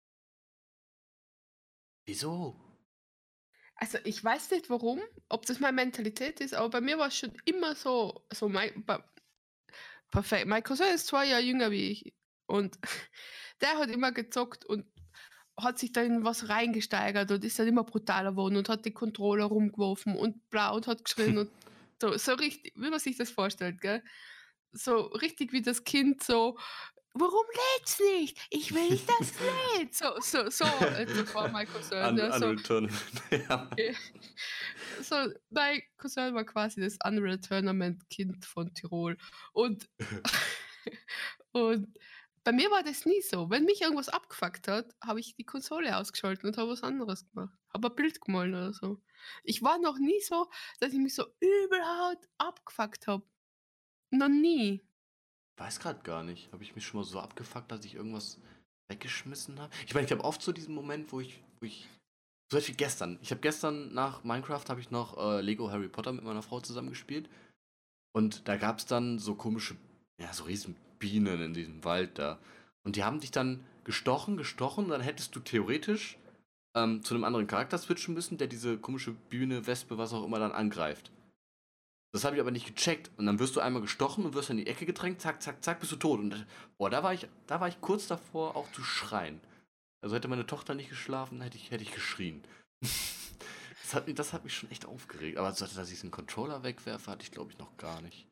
Wieso? Also ich weiß nicht warum, ob das meine Mentalität ist, aber bei mir war es schon immer so, so mein, bei, perfekt. Mein Cousin ist zwei Jahre jünger wie ich und der hat immer gezockt und hat sich da in was reingesteigert und ist dann immer brutaler geworden und hat die Controller rumgeworfen und bla und hat geschrien und so, so richtig, wie man sich das vorstellt, gell? So richtig wie das Kind so, warum lädt's nicht? Ich will nicht, dass es lädt. So, so, so, äh, das war mein Cousin. Un Ja, so, Unreal Tournament. Ja. äh, so, mein Cousin war quasi das Unreal Tournament Kind von Tirol. Und, und bei mir war das nie so. Wenn mich irgendwas abgefuckt hat, habe ich die Konsole ausgeschaltet und habe was anderes gemacht. Habe ein Bild gemalt oder so. Ich war noch nie so, dass ich mich so übel hart abgefuckt habe. Noch nie. Weiß gerade gar nicht. Habe ich mich schon mal so abgefuckt, dass ich irgendwas weggeschmissen habe? Ich meine, ich habe oft so diesen Moment, wo ich, wo ich zum Beispiel gestern. Ich habe gestern nach Minecraft habe ich noch äh, Lego Harry Potter mit meiner Frau zusammen gespielt. Und da gab es dann so komische, ja, so riesen Bienen in diesem Wald da. Und die haben dich dann gestochen, gestochen, und dann hättest du theoretisch ähm, zu einem anderen Charakter switchen müssen, der diese komische Biene, Wespe, was auch immer dann angreift. Das habe ich aber nicht gecheckt. Und dann wirst du einmal gestochen und wirst in die Ecke gedrängt, zack, zack, zack, bist du tot. Und boah, da war ich, da war ich kurz davor, auch zu schreien. Also hätte meine Tochter nicht geschlafen, hätte ich, hätte ich geschrien. Das hat, mich- das hat mich schon echt aufgeregt. Aber so, dass ich den Controller wegwerfe, hatte ich glaube ich noch gar nicht.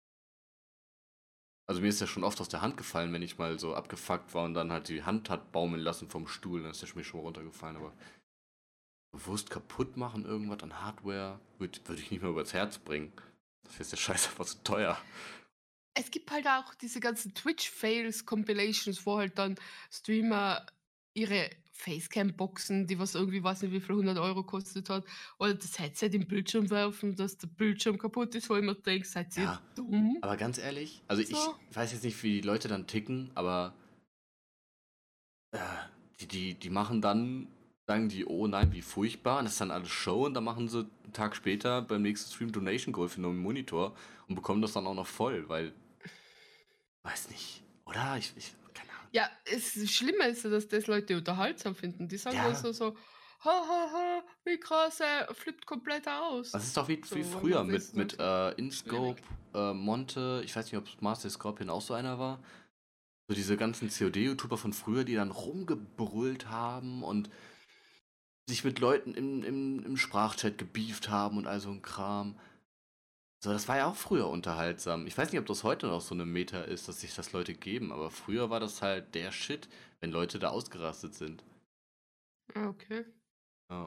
Also mir ist ja schon oft aus der Hand gefallen, wenn ich mal so abgefuckt war und dann halt die Hand hat baumeln lassen vom Stuhl, dann ist der mir schon mal runtergefallen. Aber bewusst kaputt machen irgendwas an Hardware, würde würd ich nicht mehr übers Herz bringen. Dafür ist der Scheiß einfach zu teuer. Es gibt halt auch diese ganzen Twitch-Fails-Compilations, wo halt dann Streamer ihre Facecam-Boxen, die was irgendwie, weiß nicht, wie viel hundert Euro kostet hat, oder das Headset im Bildschirm werfen, dass der Bildschirm kaputt ist, wo ich mir denke, seid ihr Ja, dumm? aber ganz ehrlich, also ich So. weiß jetzt nicht, wie die Leute dann ticken, aber äh, die, die, die machen dann, sagen die, oh nein, wie furchtbar, und das ist dann alles Show, und dann machen sie einen Tag später beim nächsten Stream Donation Goal für einen neuen Monitor und bekommen das dann auch noch voll, weil, weiß nicht, oder? Ich, ich keine Ahnung. Ja, es das Schlimme ist ja, dass das Leute unterhaltsam finden. Die sagen dann Ja, so, so, ha, ha, ha, wie krass, er flippt komplett aus. das ist doch wie, wie So, wenn früher man das mit, so mit so äh, schwierig. InScope, äh, Monte, ich weiß nicht, ob Master Scorpion auch so einer war. So diese ganzen C O D-YouTuber von früher, die dann rumgebrüllt haben und sich mit Leuten im, im, im Sprachchat gebieft haben und all so ein Kram. So, das war ja auch früher unterhaltsam. Ich weiß nicht, ob das heute noch so eine Meta ist, dass sich das Leute geben, aber früher war das halt der Shit, wenn Leute da ausgerastet sind. Ah, okay. Ja,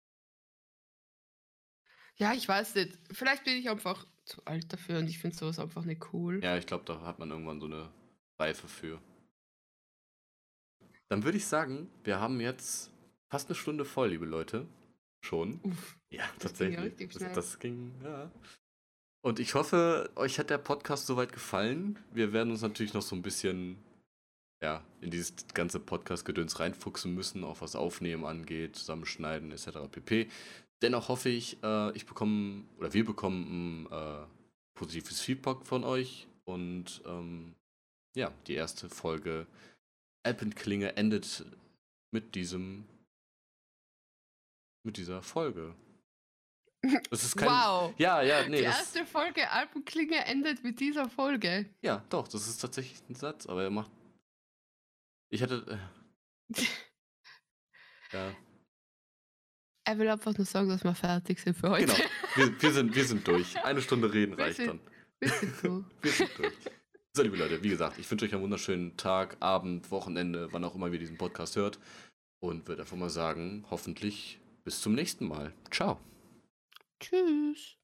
Ja, ich weiß nicht. Vielleicht bin ich einfach zu alt dafür und ich finde sowas einfach nicht cool. ja, ich glaube, da hat man irgendwann so eine Reife für. Dann würde ich sagen, wir haben jetzt fast eine Stunde voll, liebe Leute. Schon. Uff, Ja, das ging ja tatsächlich. richtig Das, schnell. das ging, ja. Und ich hoffe, euch hat der Podcast soweit gefallen. Wir werden uns natürlich noch so ein bisschen, ja, in dieses ganze Podcast-Gedöns reinfuchsen müssen, auch was Aufnehmen angeht, Zusammenschneiden et cetera pp. Dennoch hoffe ich, äh, ich bekomme, oder wir bekommen ein äh, positives Feedback von euch. Und ähm, ja, die erste Folge Alpenklinge endet mit diesem, mit dieser Folge. Das ist kein. Wow. Ja, ja, nee, Die das. erste Folge Alpenklinge endet mit dieser Folge. Ja, doch, das ist tatsächlich ein Satz, aber er macht. Ich hatte. Äh, ja. Er will einfach nur sagen, dass wir fertig sind für heute. Genau. Wir, wir, sind, wir sind durch. Eine Stunde reden Wir reicht sind, dann. wir sind durch. Wir sind durch. So, liebe Leute, wie gesagt, ich wünsche euch einen wunderschönen Tag, Abend, Wochenende, wann auch immer ihr diesen Podcast hört. Und würde einfach mal sagen, hoffentlich bis zum nächsten Mal. Ciao. Tschüss.